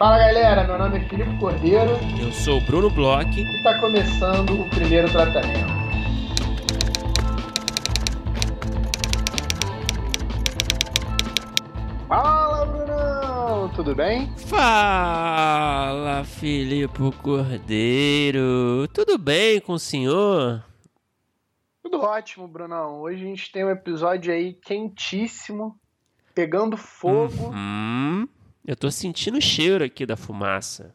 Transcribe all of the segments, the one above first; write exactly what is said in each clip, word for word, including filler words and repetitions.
Fala galera, meu nome é Filipe Cordeiro. Eu sou o Bruno Bloch. E está começando o primeiro tratamento. Fala Brunão, tudo bem? Fala Filipe Cordeiro, tudo bem com o senhor? Tudo ótimo, Brunão. Hoje a gente tem um episódio aí quentíssimo, pegando fogo. Uhum. Eu tô sentindo o cheiro aqui da fumaça.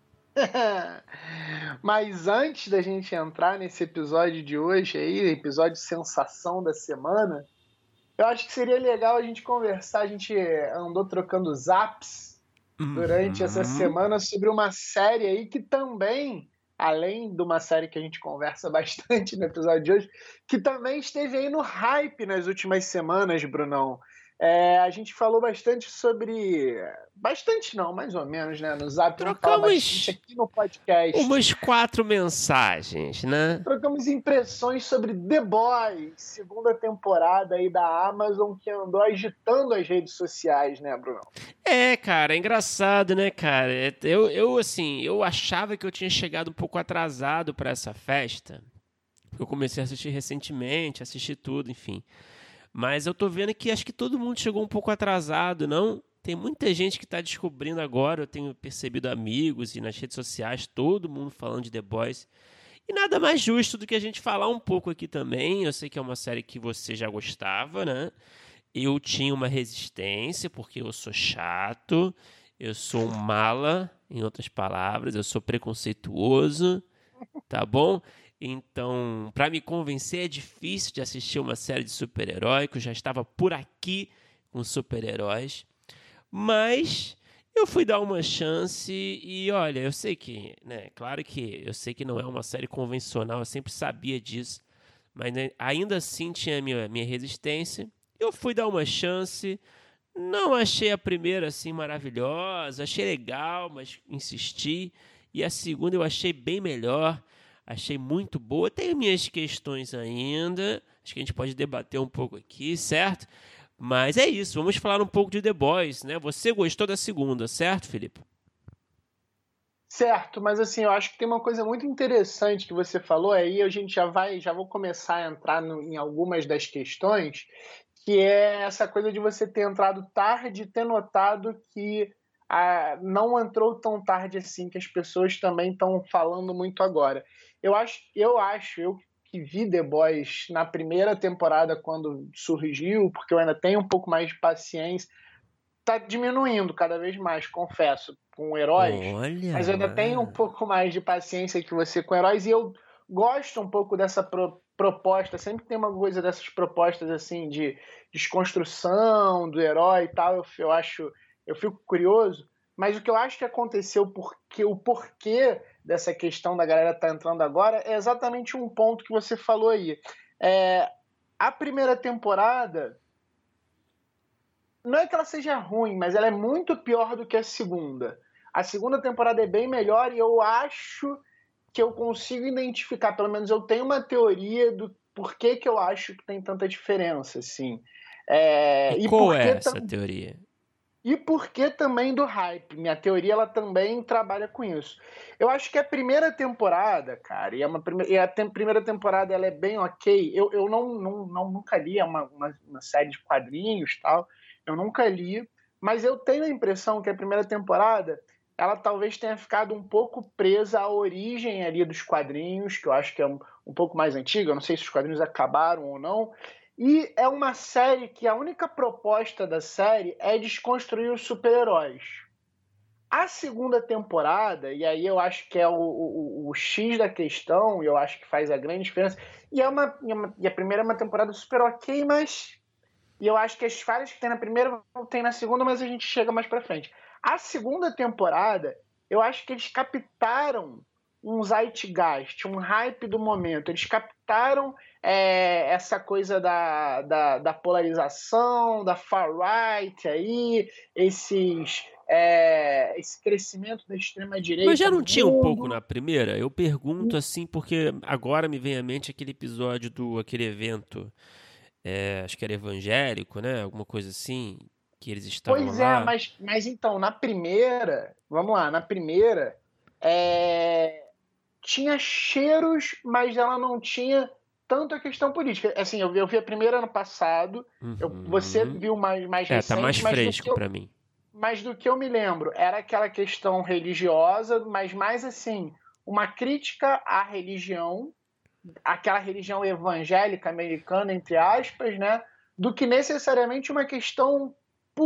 Mas antes da gente entrar nesse episódio de hoje aí, episódio sensação da semana, eu acho que seria legal a gente conversar. A gente andou trocando zaps durante Uhum. essa semana sobre uma série aí que também, além de uma série que a gente conversa bastante no episódio de hoje, que também esteve aí no hype nas últimas semanas, Brunão. É, a gente falou bastante sobre... Bastante não, mais ou menos, né? No Zap, vamos falar bastante aqui no podcast. Umas quatro mensagens, né? Trocamos impressões sobre The Boys, segunda temporada aí da Amazon, que andou agitando as redes sociais, né, Bruno? É, cara, é engraçado, né, cara? Eu, eu, assim, eu achava que eu tinha chegado um pouco atrasado para essa festa. Eu comecei a assistir recentemente, assisti tudo, enfim. Mas eu tô vendo que acho que todo mundo chegou um pouco atrasado, não? Tem muita gente que tá descobrindo agora, eu tenho percebido amigos e nas redes sociais, todo mundo falando de The Boys. E nada mais justo do que a gente falar um pouco aqui também. Eu sei que é uma série que você já gostava, né? Eu tinha uma resistência, porque eu sou chato, eu sou um mala, em outras palavras, eu sou preconceituoso, tá bom? Então, para me convencer é difícil de assistir uma série de super-herói, que eu já estava por aqui com super-heróis. Mas eu fui dar uma chance e, olha, eu sei que, né, claro que eu sei que não é uma série convencional, eu sempre sabia disso, mas né, ainda assim tinha a minha, minha resistência. Eu fui dar uma chance, não achei a primeira assim maravilhosa, achei legal, mas insisti. E a segunda eu achei bem melhor. Achei muito boa. Tenho minhas questões ainda. Acho que a gente pode debater um pouco aqui, certo? Mas é isso. Vamos falar um pouco de The Boys, né? Você gostou da segunda, certo, Filipe? Certo, mas assim, eu acho que tem uma coisa muito interessante que você falou aí. A gente já vai, já vou começar a entrar no, em algumas das questões, que é essa coisa de você ter entrado tarde e ter notado que ah, não entrou tão tarde assim, que as pessoas também estão falando muito agora. Eu acho, eu acho, eu que vi The Boys na primeira temporada quando surgiu, porque eu ainda tenho um pouco mais de paciência, tá diminuindo cada vez mais, confesso, com heróis, Olha mas eu ainda lá. tenho um pouco mais de paciência que você com heróis, e eu gosto um pouco dessa pro, proposta, sempre tem uma coisa dessas propostas assim de desconstrução do herói e tal, eu, eu acho, eu fico curioso, mas o que eu acho que aconteceu, porque o porquê dessa questão da galera tá entrando agora, é exatamente um ponto que você falou aí. É, a primeira temporada, não é que ela seja ruim, mas ela é muito pior do que a segunda. A segunda temporada é bem melhor e eu acho que eu consigo identificar, pelo menos eu tenho uma teoria do porquê que eu acho que tem tanta diferença, assim. É, E e qual por é que essa tam... teoria? E por que também do hype? Minha teoria ela também trabalha com isso. Eu acho que a primeira temporada, cara, e, é uma prime... e a tem... primeira temporada ela é bem ok. Eu, eu não, não, não nunca li, é uma, uma, uma série de quadrinhos tal. Eu nunca li, mas eu tenho a impressão que a primeira temporada ela talvez tenha ficado um pouco presa à origem ali dos quadrinhos, que eu acho que é um, um pouco mais antiga. Eu não sei se os quadrinhos acabaram ou não. E é uma série que a única proposta da série é desconstruir os super-heróis. A segunda temporada, e aí eu acho que é o, o, o X da questão, e eu acho que faz a grande diferença, e, é uma, e a primeira é uma temporada super ok, mas... E eu acho que as falhas que tem na primeira tem na segunda, mas a gente chega mais pra frente. A segunda temporada, eu acho que eles captaram um zeitgeist, um hype do momento. Eles captaram é, essa coisa da, da, da polarização, da far-right aí, esses, é, esse crescimento da Mas extrema-direita já não no tinha um pouco mundo. na primeira? Eu pergunto assim porque agora me vem à mente aquele episódio do aquele evento, é, acho que era evangélico, né? Alguma coisa assim, que eles estavam pois lá. é, mas, mas então, na primeira, vamos lá, na primeira, é, tinha cheiros, mas ela não tinha tanto a questão política. Assim, eu vi, eu vi a primeira ano passado, eu, você Uhum. viu mais, mais É, tá mais recente, mas do que fresco eu, pra mim. mas do que eu me lembro, era aquela questão religiosa, mas mais assim, uma crítica à religião, aquela religião evangélica americana, entre aspas, né? Do que necessariamente uma questão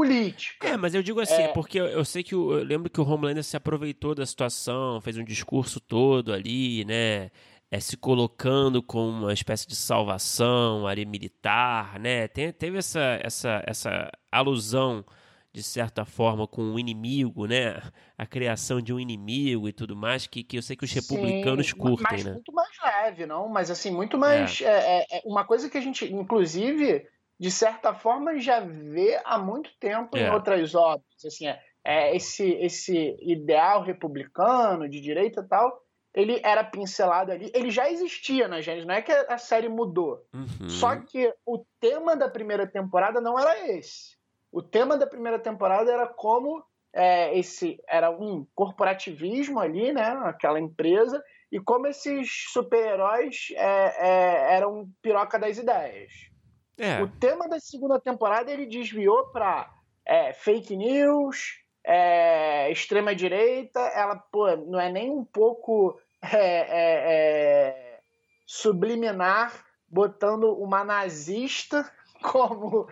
É, política. mas eu digo assim, é É, porque eu, eu sei que o, eu lembro que o Homelander se aproveitou da situação, fez um discurso todo ali, né? É, se colocando como uma espécie de salvação, área militar, né? Tem, teve essa, essa, essa alusão, de certa forma, com o inimigo, né? A criação de um inimigo e tudo mais, que, que eu sei que os sim, republicanos curtem, mas né? muito mais leve, não? Mas assim, muito É, mais. É, é, é uma coisa que a gente, inclusive, de certa forma, já vê há muito tempo em é. outras obras. Assim, é, é esse, esse ideal republicano, de direita e tal, ele era pincelado ali, ele já existia na Gênesis, não é que a série mudou. Só Uhum. que o tema da primeira temporada não era esse. O tema da primeira temporada era como é, esse era um corporativismo ali, né? Aquela empresa, e como esses super-heróis é, é, eram piroca das ideias. O É, tema da segunda temporada ele desviou para é, fake news, é, extrema direita. Ela, pô, não é nem um pouco é, é, é, subliminar, botando uma nazista como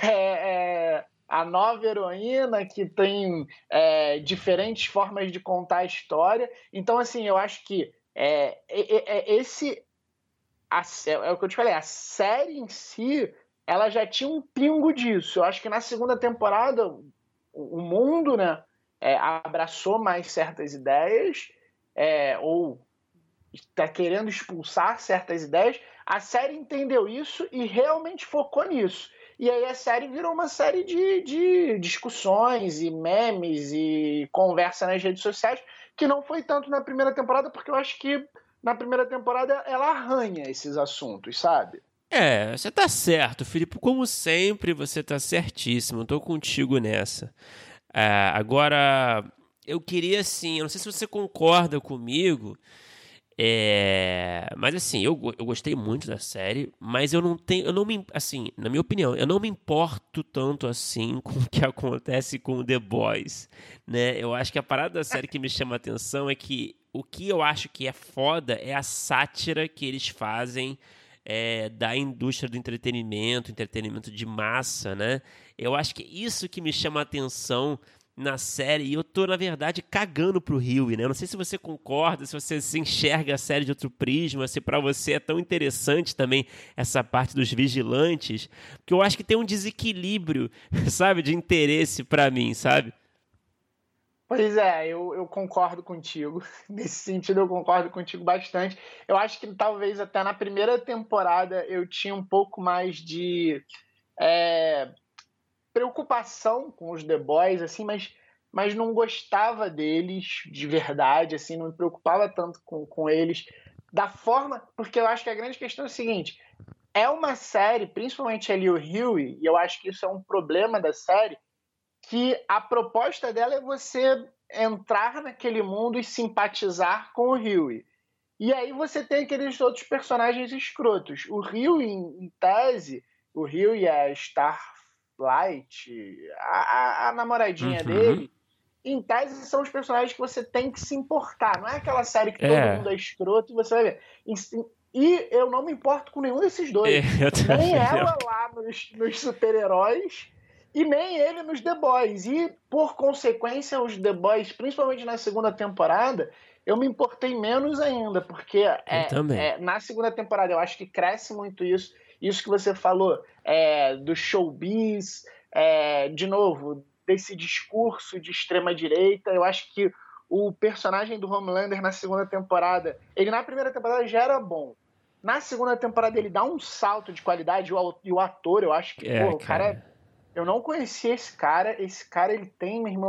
é, é, a nova heroína que tem é, diferentes formas de contar a história. Então, assim, eu acho que é, é, é esse a, é o que eu te falei, a série em si, ela já tinha um pingo disso. Eu acho que na segunda temporada, o, o mundo, né, é, abraçou mais certas ideias, é, ou está querendo expulsar certas ideias. A série entendeu isso e realmente focou nisso. E aí a série virou uma série de, de discussões e memes e conversa nas redes sociais, que não foi tanto na primeira temporada, porque eu acho que na primeira temporada ela arranha esses assuntos, sabe? É, você tá certo, Filipe. Como sempre, você tá certíssimo. Eu tô contigo nessa. É, agora, eu queria assim, eu não sei se você concorda comigo, é, mas assim, eu, go- eu gostei muito da série, mas eu não tenho, eu não me, assim, na minha opinião, eu não me importo tanto assim com o que acontece com The Boys, né? Eu acho que a parada da série que me chama a atenção é que o que eu acho que é foda é a sátira que eles fazem é, da indústria do entretenimento, entretenimento de massa, né? Eu acho que é isso que me chama a atenção na série, e eu tô, na verdade, cagando pro Huey, né? Eu não sei se você concorda, se você se enxerga a série de outro prisma, se pra você é tão interessante também essa parte dos vigilantes, porque eu acho que tem um desequilíbrio, sabe, de interesse pra mim, sabe? Pois é, eu, eu concordo contigo. Nesse sentido, eu concordo contigo bastante. Eu acho que talvez até na primeira temporada eu tinha um pouco mais de é, preocupação com os The Boys, assim, mas, mas não gostava deles de verdade, assim, não me preocupava tanto com, com eles da forma, porque eu acho que a grande questão é o seguinte, é uma série, principalmente ali o Huey, e eu acho que isso é um problema da série, que a proposta dela é você entrar naquele mundo e simpatizar com o Huey. E aí você tem aqueles outros personagens escrotos. O Rio, em, em tese, o Rio e a Starlight, a, a, a namoradinha Uhum. dele, em tese são os personagens que você tem que se importar. Não é aquela série que todo É, mundo é escroto e você vai ver. E, e eu não me importo com nenhum desses é, dois. eu Nem também ela não. lá nos, nos super-heróis e nem ele nos The Boys. E, por consequência, os The Boys, principalmente na segunda temporada, eu me importei menos ainda, porque Eu é, também. é, na segunda temporada eu acho que cresce muito isso. Isso que você falou é, do showbiz, é, de novo, desse discurso de extrema-direita. Eu acho que o personagem do Homelander na segunda temporada, ele na primeira temporada já era bom. Na segunda temporada ele dá um salto de qualidade e o ator, eu acho que, É, pô, o cara cara. eu não conhecia esse cara. Esse cara, ele tem, meu irmão,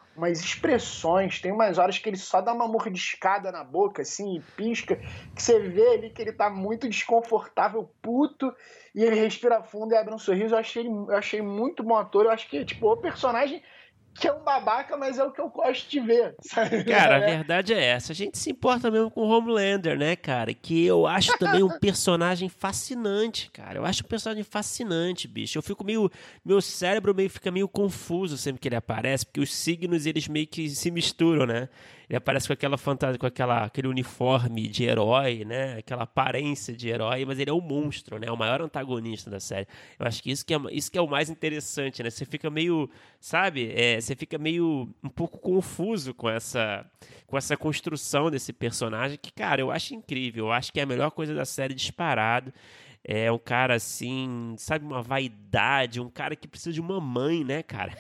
umas expressões, tem umas horas que ele só dá uma mordiscada na boca, assim, e pisca, que você vê ali que ele tá muito desconfortável, puto, e ele respira fundo e abre um sorriso. Eu achei, eu achei muito bom ator, eu acho que, tipo, o personagem que é um babaca, mas é o que eu gosto de ver, sabe? Cara, a verdade é essa. A gente se importa mesmo com o Homelander, né, cara? Que eu acho também um personagem fascinante, cara. Eu acho um personagem fascinante, bicho. Eu fico meio... Meu cérebro meio fica meio confuso sempre que ele aparece, porque os signos, eles meio que se misturam, né? Ele aparece com aquela fantasia, com aquela, aquele uniforme de herói, né? Aquela aparência de herói, mas ele é um monstro, né? O maior antagonista da série. Eu acho que isso que é, isso que é o mais interessante, né? Você fica meio, sabe? É, você fica meio um pouco confuso com essa, com essa construção desse personagem que, cara, eu acho incrível. Eu acho que é a melhor coisa da série disparado. É um cara assim, sabe, uma vaidade, um cara que precisa de uma mãe, né, cara?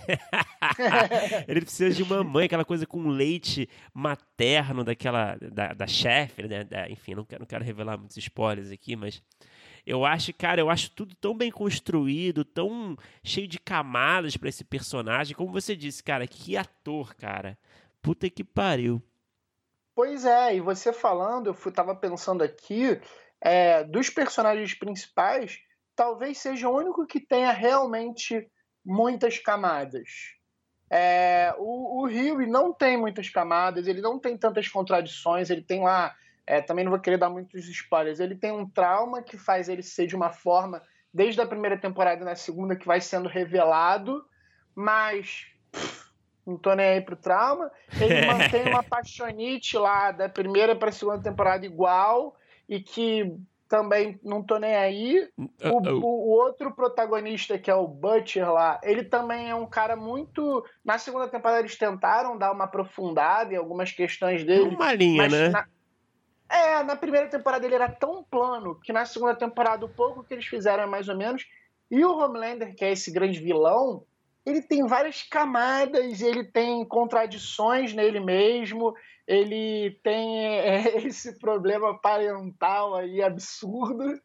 Ele precisa de uma mãe, aquela coisa com leite materno daquela, da, da chefe, né? Da, enfim, não quero, não quero revelar muitos spoilers aqui, mas eu acho, cara, eu acho tudo tão bem construído, tão cheio de camadas pra esse personagem. Como você disse, cara, que ator, cara. Puta que pariu. Pois é, e você falando, eu fui, tava pensando aqui, é, dos personagens principais, talvez seja o único que tenha realmente muitas camadas. É, o, o Rio não tem muitas camadas, ele não tem tantas contradições, ele tem lá, é, também não vou querer dar muitos spoilers, ele tem um trauma que faz ele ser de uma forma, desde a primeira temporada e na segunda, que vai sendo revelado, mas pff, não tô nem aí pro trauma. Ele mantém uma paixonite lá da primeira para a segunda temporada igual, e que também não tô nem aí. O, Uh-oh. o, o outro protagonista, que é o Butcher lá, ele também é um cara muito... Na segunda temporada eles tentaram dar uma aprofundada em algumas questões dele, Uma linha, mas né? na, é, na primeira temporada ele era tão plano que na segunda temporada o pouco que eles fizeram é mais ou menos. E o Homelander, que é esse grande vilão, ele tem várias camadas, ele tem contradições nele mesmo, ele tem é, esse problema parental aí absurdo,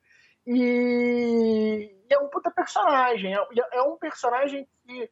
e é um puta personagem. É, é um personagem que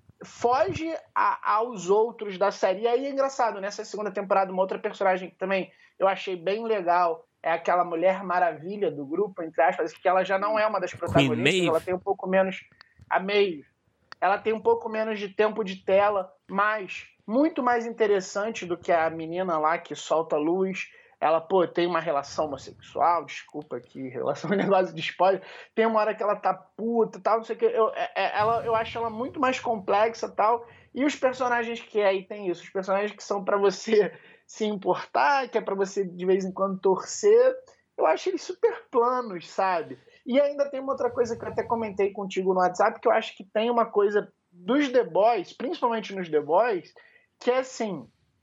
foge a, aos outros da série. E aí é engraçado, nessa segunda temporada, uma outra personagem que também eu achei bem legal é aquela Mulher Maravilha do grupo, entre aspas, que ela já não é uma das protagonistas, ela tem um pouco menos a meio. Ela tem um pouco menos de tempo de tela, mas muito mais interessante do que a menina lá que solta luz. Ela, pô, tem uma relação homossexual, desculpa aqui, relação negócio de spoiler. Tem uma hora que ela tá puta, tal, não sei o que. Eu, é, ela, eu acho ela muito mais complexa, tal. E os personagens que aí tem isso, os personagens que são para você se importar, que é para você de vez em quando torcer, eu acho eles super planos, sabe? E ainda tem uma outra coisa que eu até comentei contigo no WhatsApp, que eu acho que tem uma coisa dos The Boys, principalmente nos The Boys, que é assim,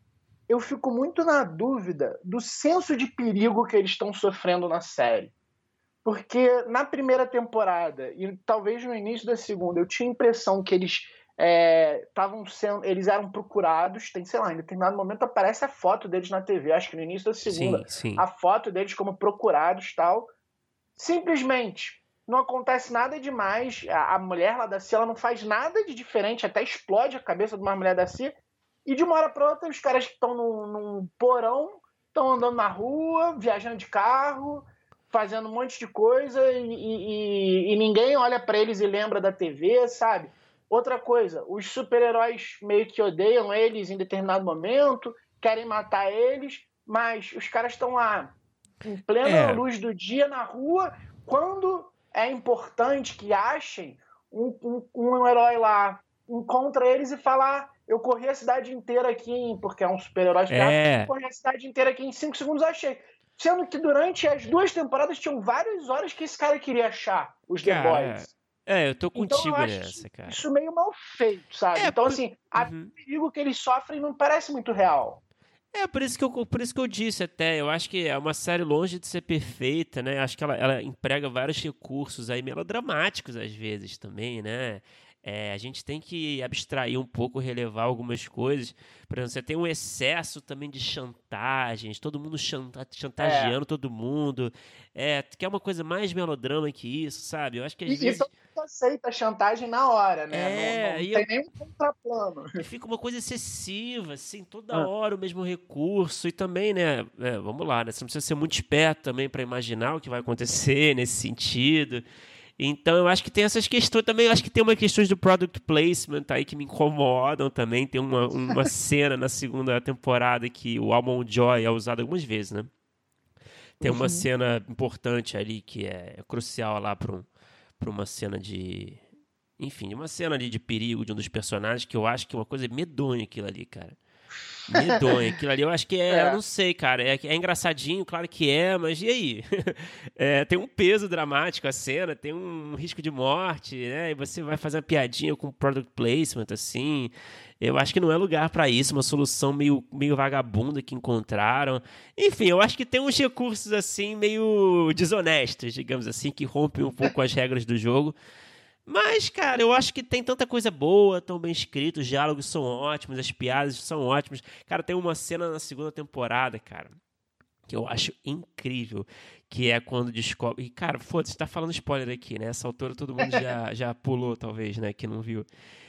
eu fico muito na dúvida do senso de perigo que eles estão sofrendo na série. Porque na primeira temporada, e talvez no início da segunda, eu tinha a impressão que eles estavam é, sendo, eles eram procurados, tem, sei lá, em determinado momento aparece a foto deles na T V, acho que no início da segunda, sim, sim. a foto deles como procurados e tal. Simplesmente não acontece nada demais, a, a mulher lá da C I A, ela não faz nada de diferente, até explode a cabeça de uma mulher da C I A, e de uma hora para outra os caras que estão num, num porão estão andando na rua, viajando de carro, fazendo um monte de coisa, e, e, e ninguém olha para eles e lembra da T V, sabe? Outra coisa, os super-heróis meio que odeiam eles em determinado momento, querem matar eles, mas os caras estão lá em plena é. luz do dia na rua, quando é importante que achem um, um, um herói lá, encontra eles e fala: eu corri a cidade inteira aqui, porque é um super-herói, é. eu corri a cidade inteira aqui em cinco segundos, achei. Sendo que durante as duas temporadas tinham várias horas que esse cara queria achar os cara, The Boys. É, eu tô contigo então, eu acho nessa, cara. Isso meio mal feito, sabe? É, então, por... assim, uhum. o perigo que eles sofrem não parece muito real. É, por isso, que eu, por isso que eu disse até, eu acho que é uma série longe de ser perfeita, né? Acho que ela, ela emprega vários recursos aí melodramáticos às vezes também, né? É, a gente tem que abstrair um pouco, relevar algumas coisas. Por exemplo, você tem um excesso também de chantagens, todo mundo chanta, chantageando é. todo mundo. É, quer uma coisa mais melodrama que isso, sabe? Eu acho que às e, vezes... Então... tu aceita a chantagem na hora, né? É, não não e tem eu- nenhum contraplano. E fica uma coisa excessiva, assim, toda Ah, hora o mesmo recurso. E também, né, é, vamos lá, né? Você não precisa ser muito esperto também para imaginar o que vai acontecer nesse sentido. Então, eu acho que tem essas questões também. Eu acho que tem umas questões do product placement aí que me incomodam também. Tem uma, uma cena na segunda temporada que o Almond Joy é usado algumas vezes, né? Tem uma uhum. cena importante ali que é crucial lá para um, para uma cena de. Enfim, uma cena ali de perigo de um dos personagens que eu acho que é uma coisa medonha aquilo ali, cara. Medonho. Aquilo ali eu acho que é, eu É, não sei, cara. É, é engraçadinho, claro que é, mas e aí? É, tem um peso dramático a cena, tem um risco de morte, né? E você vai fazer uma piadinha com product placement, assim. Eu acho que não é lugar pra isso, uma solução meio, meio vagabunda que encontraram. Enfim, eu acho que tem uns recursos, assim, meio desonestos, digamos assim, que rompem um pouco as regras do jogo. Mas, cara, eu acho que tem tanta coisa boa, tão bem escrito, os diálogos são ótimos, as piadas são ótimas. Cara, tem uma cena na segunda temporada, cara, que eu acho incrível, que é quando descobre... E, cara, foda-se, tá falando spoiler aqui, né? Essa altura todo mundo já, já pulou, talvez, né? Que não viu.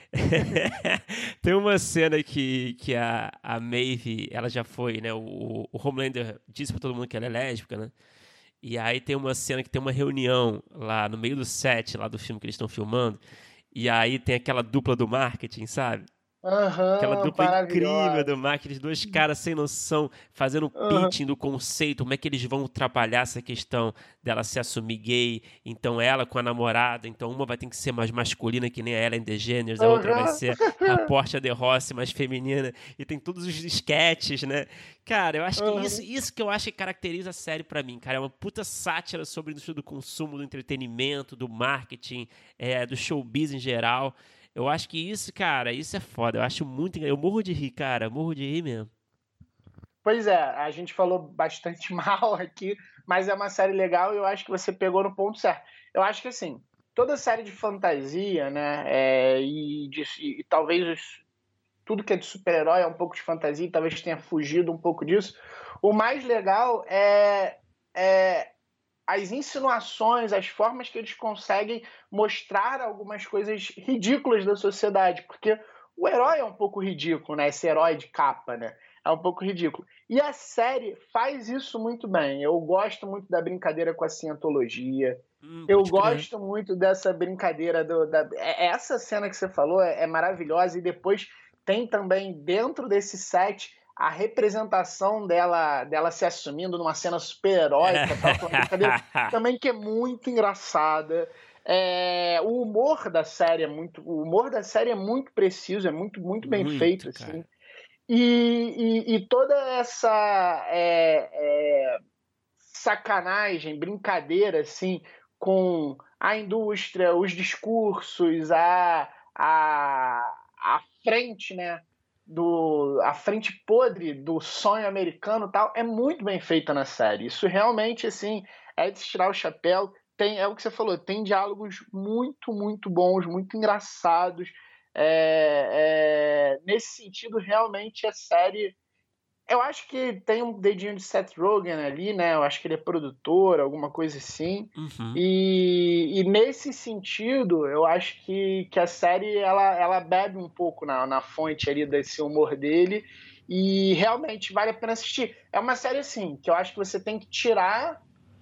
Tem uma cena que, que a, a Maeve, ela já foi, né? O, o Homelander disse pra todo mundo que ela é lésbica, né? E aí tem uma cena que tem uma reunião lá no meio do set lá do filme que eles estão filmando. E aí tem aquela dupla do marketing, sabe? Aquela aham, dupla incrível do maravilhosa. marketing, dois caras sem noção, fazendo Aham, pitching do conceito, como é que eles vão trabalhar essa questão dela se assumir gay, então ela com a namorada, então uma vai ter que ser mais masculina que nem a Ellen DeGeneres, a outra vai aham. ser a Portia de Rossi mais feminina, e tem todos os sketches, né? Cara, eu acho que isso, Aham. isso que eu acho que caracteriza a série pra mim, cara, é uma puta sátira sobre a indústria do consumo, do entretenimento, do marketing, é, do showbiz em geral. Eu acho que isso, cara, isso é foda. Eu acho muito. engra- Eu morro de rir, cara. Morro de rir mesmo. Pois é, a gente falou bastante mal aqui, mas é uma série legal e eu acho que você pegou no ponto certo. Eu acho que assim, toda série de fantasia, né, é, e, de- e talvez os- tudo que é de super-herói é um pouco de fantasia, e talvez tenha fugido um pouco disso. O mais legal é, é as insinuações, as formas que eles conseguem mostrar algumas coisas ridículas da sociedade, porque o herói é um pouco ridículo, né? Esse herói de capa, né? É um pouco ridículo. E a série faz isso muito bem. Eu gosto muito da brincadeira com a cientologia. Hum, Eu pode crer. gosto muito dessa brincadeira do, da. é- Essa cena que você falou é, é maravilhosa, e depois tem também dentro desse set a representação dela, dela se assumindo numa cena super-heróica, tal, que é uma brincadeira também que é muito engraçada. É, o humor da série é muito, o humor da série é muito preciso, é muito, muito bem feito, Muito, assim. cara. E, e, e toda essa é, é, sacanagem, brincadeira, assim, com a indústria, os discursos, a, a, a frente, né? Do, a frente podre do sonho americano e tal, é muito bem feita na série. Isso realmente, assim, é de se tirar o chapéu. Tem, é o que você falou, tem diálogos muito, muito bons, muito engraçados. É, é, nesse sentido, realmente a série, eu acho que tem um dedinho de Seth Rogen ali, né? Eu acho que ele é produtor, alguma coisa assim. Uhum. E, e nesse sentido, eu acho que, que a série ela, ela bebe um pouco na, na fonte ali desse humor dele. E realmente vale a pena assistir. É uma série assim, que eu acho que você tem que tirar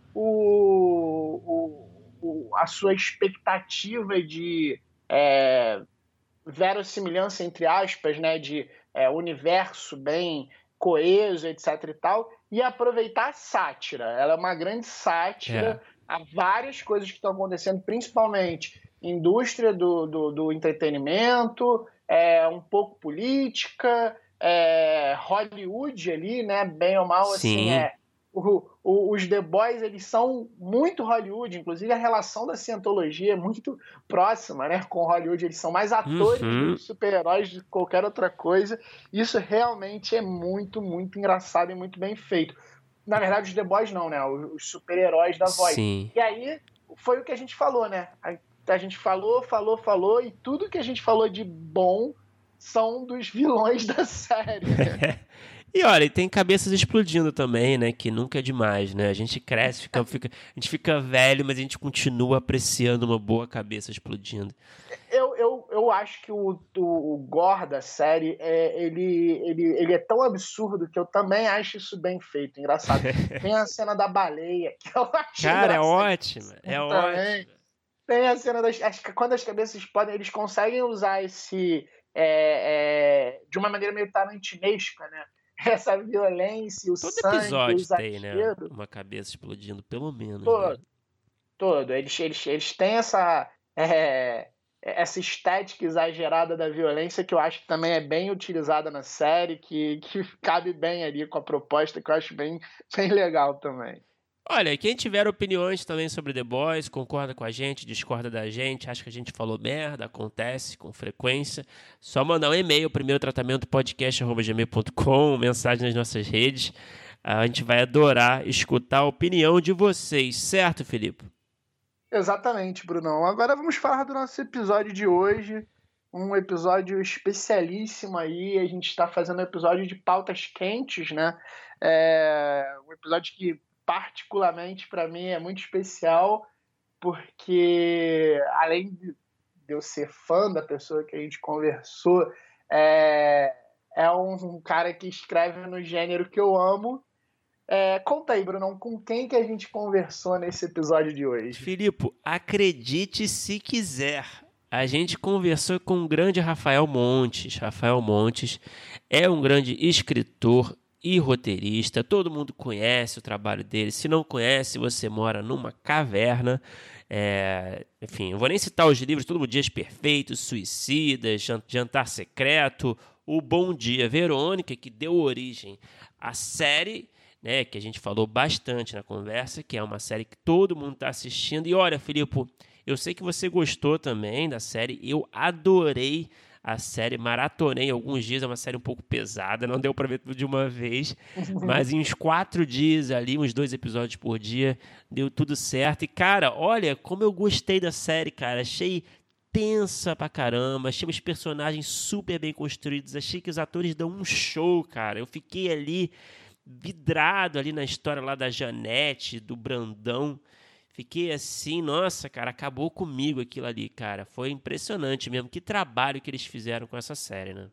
o, o, o- a sua expectativa de é, verossimilhança, entre aspas, né, de é, universo bem coeso, etc e tal, e aproveitar a sátira. Ela é uma grande É. sátira a várias coisas que estão acontecendo, principalmente indústria do, do, do entretenimento, é, um pouco política, é, Hollywood ali, né, bem ou mal, assim, Sim. é, o, o, os The Boys, eles são muito Hollywood, inclusive a relação da cientologia é muito próxima, né, com Hollywood. Eles são mais atores do que Uhum. super-heróis de qualquer outra coisa. Isso realmente é muito, muito engraçado e muito bem feito. Na verdade, os The Boys não, né? Os super-heróis da voz. Sim. E aí foi o que a gente falou, né? A, a gente falou, falou, falou, e tudo que a gente falou de bom são dos vilões da série, né? E olha, e tem cabeças explodindo também, né? Que nunca é demais, né? A gente cresce, fica, fica, a gente fica velho, mas a gente continua apreciando uma boa cabeça explodindo. Eu, eu, eu acho que o, o, o gore da série, é, ele, ele, ele é tão absurdo que eu também acho isso bem feito, engraçado. Tem a cena da baleia, que eu acho Cara, é engraçado ótima, é também. ótima. Tem a cena das... As, quando as cabeças podem, eles conseguem usar esse... É, é, de uma maneira meio tarantinesca, né? Essa violência, o Todo sangue, o episódio tem, né? exagero, Uma cabeça explodindo, pelo menos, né? todo, todo. Eles, eles, eles têm essa... É, essa estética exagerada da violência que eu acho que também é bem utilizada na série, que, que cabe bem ali com a proposta, que eu acho bem, bem legal também. Olha, quem tiver opiniões também sobre The Boys, concorda com a gente, discorda da gente, acha que a gente falou merda, acontece com frequência, só mandar um e-mail, primeiro tratamento podcast arroba gmail ponto com, mensagem nas nossas redes. A gente vai adorar escutar a opinião de vocês, certo, Felipe? Exatamente, Brunão. Agora vamos falar do nosso episódio de hoje, um episódio especialíssimo aí. A gente está fazendo um episódio de pautas quentes, né? É um episódio que particularmente para mim é muito especial, porque além de eu ser fã da pessoa que a gente conversou, é, é um, um cara que escreve no gênero que eu amo. É, conta aí, Bruno, com quem que a gente conversou nesse episódio de hoje? Filipe, acredite se quiser. A gente conversou com o grande Rafael Montes. Rafael Montes é um grande escritor e roteirista. Todo mundo conhece o trabalho dele. Se não conhece, você mora numa caverna. É, enfim, eu vou nem citar os livros. Todo Dias Perfeitos, Suicidas, Jantar Secreto, O Bom Dia Verônica, que deu origem à série, né, que a gente falou bastante na conversa, que é uma série que todo mundo está assistindo. E olha, Filipe, eu sei que você gostou também da série. Eu adorei a série, maratonei alguns dias, é uma série um pouco pesada, não deu para ver tudo de uma vez, mas em uns quatro dias ali, uns dois episódios por dia, deu tudo certo. E, cara, olha como eu gostei da série, cara. Achei tensa pra caramba, achei os personagens super bem construídos, achei que os atores dão um show, cara. Eu fiquei ali vidrado ali na história lá da Janete, do Brandão. Fiquei assim, nossa, cara, acabou comigo aquilo ali, cara. Foi impressionante mesmo. Que trabalho que eles fizeram com essa série, né?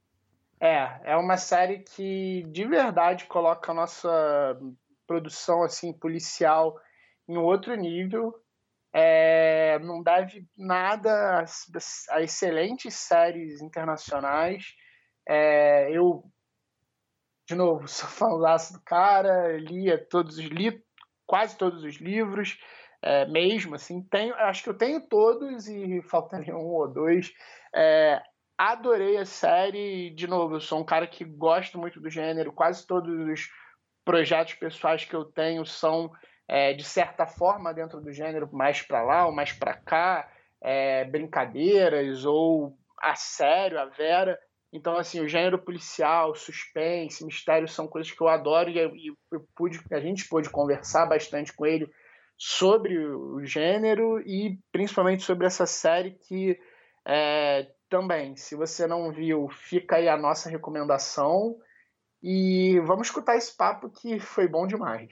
É, é uma série que de verdade coloca a nossa produção assim policial em outro nível. É, não deve nada a, a excelentes séries internacionais. É, eu, de novo, sou fãzaço do cara, lia todos os li quase todos os livros, é, mesmo assim. Tenho, acho que eu tenho todos e faltaria um ou dois. É, adorei a série. De novo, eu sou um cara que gosta muito do gênero. Quase todos os projetos pessoais que eu tenho são, é, de certa forma, dentro do gênero, mais para lá ou mais para cá, é, brincadeiras ou a sério, a vera. Então, assim, o gênero policial, suspense, mistério são coisas que eu adoro e eu, eu pude, a gente pôde conversar bastante com ele sobre o gênero e principalmente sobre essa série que, é, também, se você não viu, fica aí a nossa recomendação e vamos escutar esse papo que foi bom demais.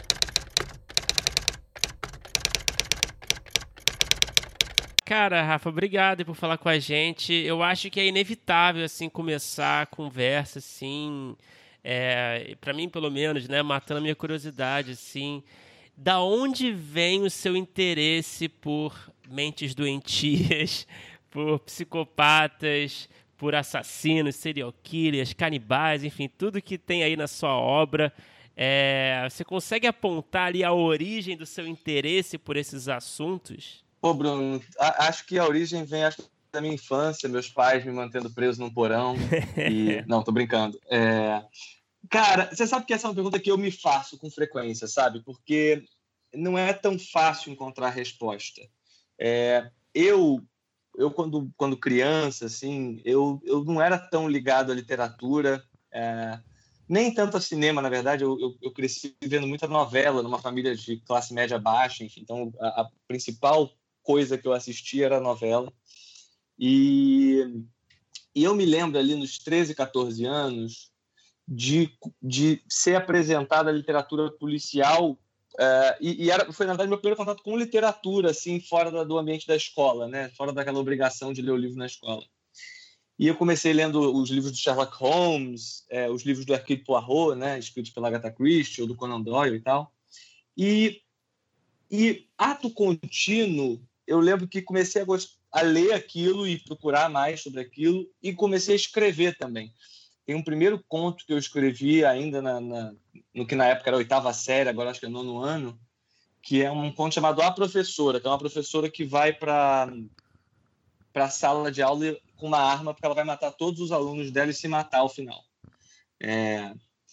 Cara, Rafa, obrigado por falar com a gente. Eu acho que é inevitável, assim, começar a conversa, assim, é, para mim, pelo menos, né, matando a minha curiosidade, assim, da onde vem o seu interesse por mentes doentias, por psicopatas, por assassinos, serial killers, canibais, enfim, tudo que tem aí na sua obra. É, você consegue apontar ali a origem do seu interesse por esses assuntos? Pô, Bruno, a, acho que a origem vem acho, da minha infância, meus pais me mantendo preso num porão. E não, tô brincando. É... Cara, você sabe que essa é uma pergunta que eu me faço com frequência, sabe? Porque não é tão fácil encontrar resposta. É... Eu, eu quando, quando criança, assim, eu, eu não era tão ligado à literatura, é... nem tanto a cinema, na verdade. Eu, eu, eu cresci vendo muita novela numa família de classe média baixa, enfim. Então, a, a principal coisa que eu assistia era novela. E, e eu me lembro ali nos treze, quatorze anos de, de ser apresentada a literatura policial, uh, e, e era, foi, na verdade, meu primeiro contato com literatura, assim, fora da, do ambiente da escola, né? Fora daquela obrigação de ler o livro na escola. E eu comecei lendo os livros do Sherlock Holmes, é, os livros do Hercule Poirot, né, escritos pela Agatha Christie, ou do Conan Doyle e tal. E, e ato contínuo, eu lembro que comecei a, gost... a ler aquilo e procurar mais sobre aquilo, e comecei a escrever também. Tem um primeiro conto que eu escrevi ainda na, na, no que na época era a oitava série, agora acho que é nono ano, que é um conto chamado A Professora, que é uma professora que vai para para a sala de aula com uma arma, porque ela vai matar todos os alunos dela e se matar ao final. É...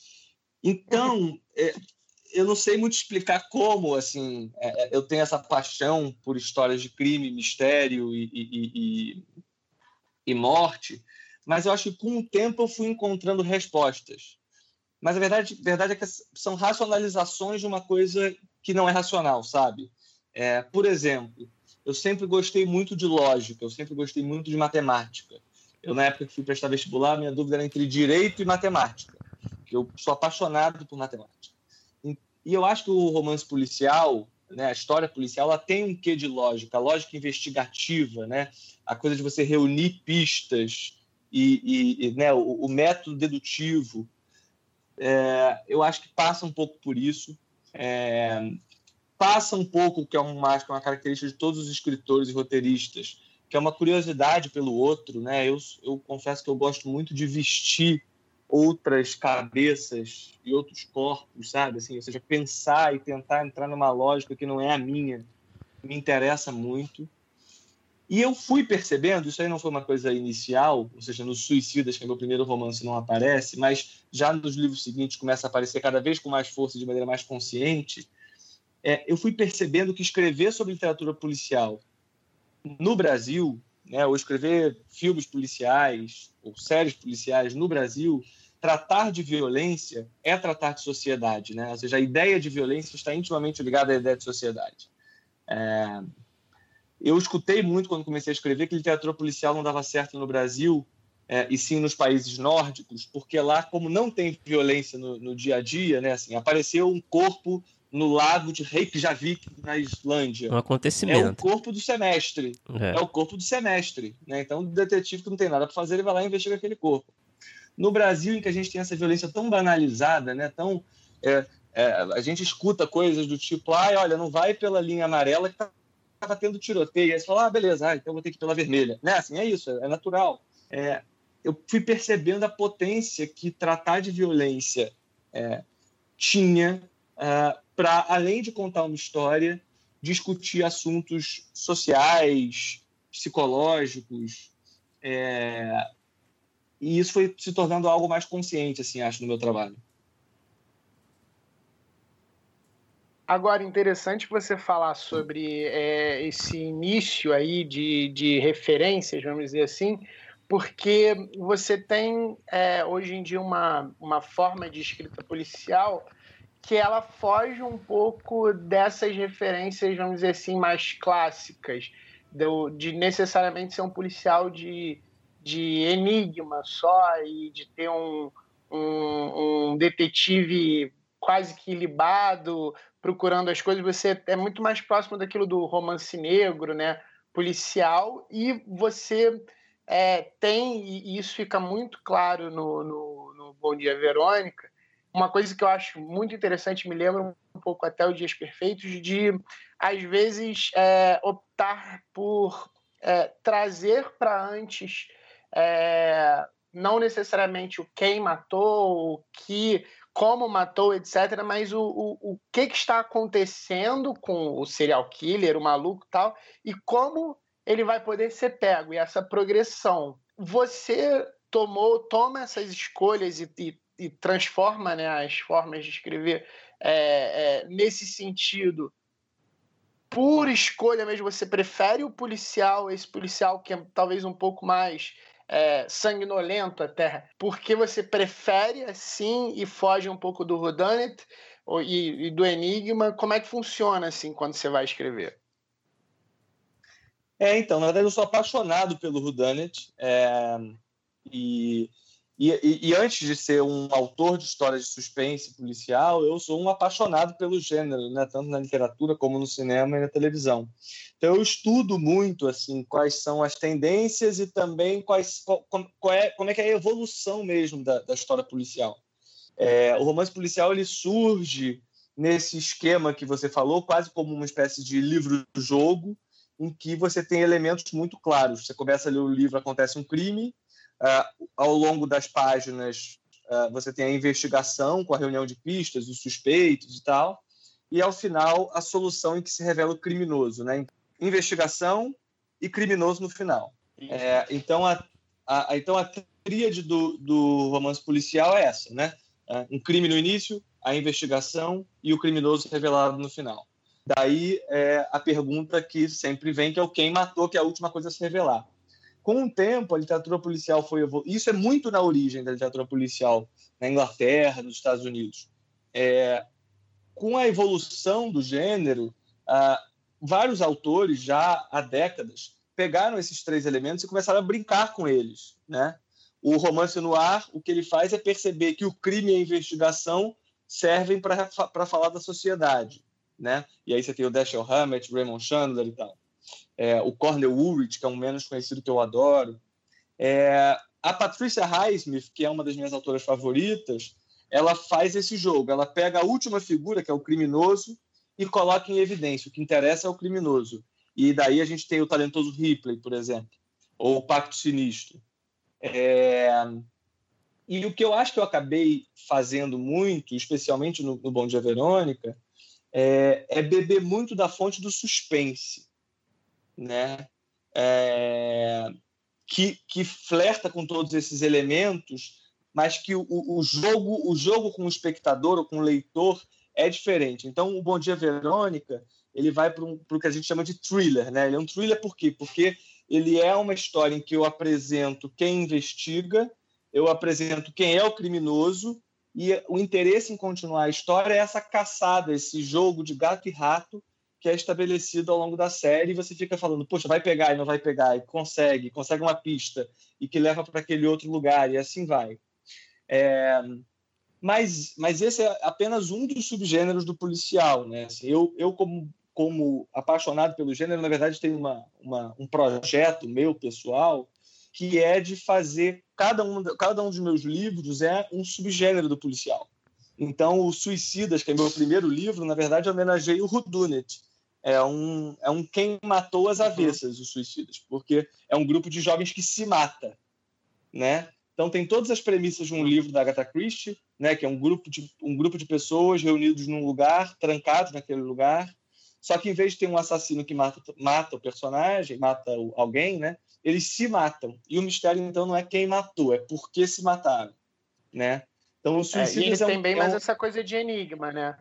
Então, é... eu não sei muito explicar como, assim, é... eu tenho essa paixão por histórias de crime, mistério e, e, e, e morte, mas eu acho que com o tempo eu fui encontrando respostas. Mas a verdade, a verdade é que são racionalizações de uma coisa que não é racional, sabe? É... Por exemplo, eu sempre gostei muito de lógica, eu sempre gostei muito de matemática. Eu, na época que fui prestar vestibular, minha dúvida era entre direito e matemática, porque eu sou apaixonado por matemática. E eu acho que o romance policial, né, a história policial, ela tem um quê de lógica, a lógica investigativa, né, a coisa de você reunir pistas e, e, e né, o, o método dedutivo. É, eu acho que passa um pouco por isso. É, passa um pouco, que é uma, uma característica de todos os escritores e roteiristas, que é uma curiosidade pelo outro, né? Eu, eu confesso que eu gosto muito de vestir outras cabeças e outros corpos, sabe? Assim, ou seja, pensar e tentar entrar numa lógica que não é a minha, me interessa muito. E eu fui percebendo, isso aí não foi uma coisa inicial, ou seja, nos Suicidas, que é meu primeiro romance, não aparece, mas já nos livros seguintes começa a aparecer cada vez com mais força, de maneira mais consciente. É, eu fui percebendo que escrever sobre literatura policial no Brasil, né, ou escrever filmes policiais ou séries policiais no Brasil, tratar de violência é tratar de sociedade, né? Ou seja, a ideia de violência está intimamente ligada à ideia de sociedade. É... Eu escutei muito, quando comecei a escrever, que literatura policial não dava certo no Brasil, é, e sim nos países nórdicos, porque lá, como não tem violência no, no dia a dia, né, assim, apareceu um corpo no lago de Reykjavik, na Islândia. Um acontecimento. É o corpo do semestre. É, é o corpo do semestre. Né? Então, o detetive que não tem nada para fazer, ele vai lá e investiga aquele corpo. No Brasil, em que a gente tem essa violência tão banalizada, né? tão, é, é, a gente escuta coisas do tipo, ah, olha, não vai pela linha amarela que estava tendo tiroteio. Aí você fala, ah, beleza, ah, então eu vou ter que ir pela vermelha. Né? Assim, é isso, é natural. É, eu fui percebendo a potência que tratar de violência é, tinha uh, para, além de contar uma história, discutir assuntos sociais, psicológicos, é... e isso foi se tornando algo mais consciente, assim, acho, no meu trabalho. Agora, interessante você falar sobre é, esse início aí de, de referências, vamos dizer assim, porque você tem, é, hoje em dia, uma, uma forma de escrita policial que ela foge um pouco dessas referências, vamos dizer assim, mais clássicas, do, de necessariamente ser um policial de, de enigma só e de ter um, um, um detetive quase que ilibado, procurando as coisas. Você é muito mais próximo daquilo do romance negro, né, policial, e você é, tem, e isso fica muito claro no, no, no Bom Dia, Verônica, uma coisa que eu acho muito interessante, me lembra um pouco até o Dias Perfeitos, de, às vezes, é, optar por é, trazer para antes, é, não necessariamente o quem matou, o que, como matou, etcétera, mas o, o, o que, que está acontecendo com o serial killer, o maluco e tal, e como ele vai poder ser pego, e essa progressão. Você tomou, toma essas escolhas e, e e transforma, né, as formas de escrever é, é, nesse sentido, por escolha mesmo. Você prefere o policial, esse policial que é talvez um pouco mais é, sanguinolento até, porque você prefere assim e foge um pouco do whodunit e, e do enigma? Como é que funciona assim quando você vai escrever? É, então, na verdade eu sou apaixonado pelo whodunit, é, e E, e, e antes de ser um autor de histórias de suspense policial, eu sou um apaixonado pelo gênero, né? Tanto na literatura como no cinema e na televisão. Então eu estudo muito assim quais são as tendências e também quais, qual, qual é, como é que é a evolução mesmo da, da história policial. É, o romance policial ele surge nesse esquema que você falou, quase como uma espécie de livro-jogo, em que você tem elementos muito claros. Você começa a ler o livro, acontece um crime, Uh, ao longo das páginas uh, você tem a investigação com a reunião de pistas, os suspeitos e tal, e ao final a solução em que se revela o criminoso, né? Investigação e criminoso no final. É, então, a, a, então a tríade do, do romance policial é essa, né? Uh, um crime no início, a investigação e o criminoso revelado no final. Daí é a pergunta que sempre vem, que é o quem matou, que é a última coisa a se revelar. Com o tempo, a literatura policial foi evoluindo. Isso é muito na origem da literatura policial, na Inglaterra, nos Estados Unidos. É... Com a evolução do gênero, ah, vários autores, já há décadas, pegaram esses três elementos e começaram a brincar com eles, né? O romance noir, o que ele faz é perceber que o crime e a investigação servem para falar da sociedade, né? E aí você tem o Dashiell Hammett, Raymond Chandler e tal. É, o Cornel Woolrich, que é um menos conhecido que eu adoro. É, a Patricia Highsmith, que é uma das minhas autoras favoritas, ela faz esse jogo. Ela pega a última figura, que é o criminoso, e coloca em evidência. O que interessa é o criminoso. E daí a gente tem o talentoso Ripley, por exemplo, ou o Pacto Sinistro. É... E o que eu acho que eu acabei fazendo muito, especialmente no, no Bom Dia Verônica, é, é beber muito da fonte do suspense, né? É, que, que flerta com todos esses elementos, mas que o, o, jogo, o jogo com o espectador ou com o leitor é diferente. Então, o Bom Dia Verônica ele vai para um, o que a gente chama de thriller, né? Ele é um thriller por quê? Porque ele é uma história em que eu apresento quem investiga, eu apresento quem é o criminoso, e o interesse em continuar a história é essa caçada, esse jogo de gato e rato que é estabelecido ao longo da série, e você fica falando, poxa, vai pegar e não vai pegar, e consegue, consegue uma pista, e que leva para aquele outro lugar, e assim vai. É... Mas, mas esse é apenas um dos subgêneros do policial, né? Assim, eu, eu como, como apaixonado pelo gênero, na verdade, tenho uma, uma, um projeto meu, pessoal, que é de fazer, cada um, cada um dos meus livros é um subgênero do policial. Então, o Suicidas, que é meu primeiro livro, na verdade, homenageia o whodunit. É um, é um quem matou as avessas, os Suicidas, porque é um grupo de jovens que se mata, né? Então, tem todas as premissas de um livro da Agatha Christie, né, que é um grupo, de, um grupo de pessoas reunidos num lugar, trancados naquele lugar, só que em vez de ter um assassino que mata, mata o personagem, mata alguém, né, eles se matam. E o mistério, então, não é quem matou, é por que se mataram, né? Então, o Suicidas é, e eles é um, têm bem é mais um... essa coisa de enigma, né?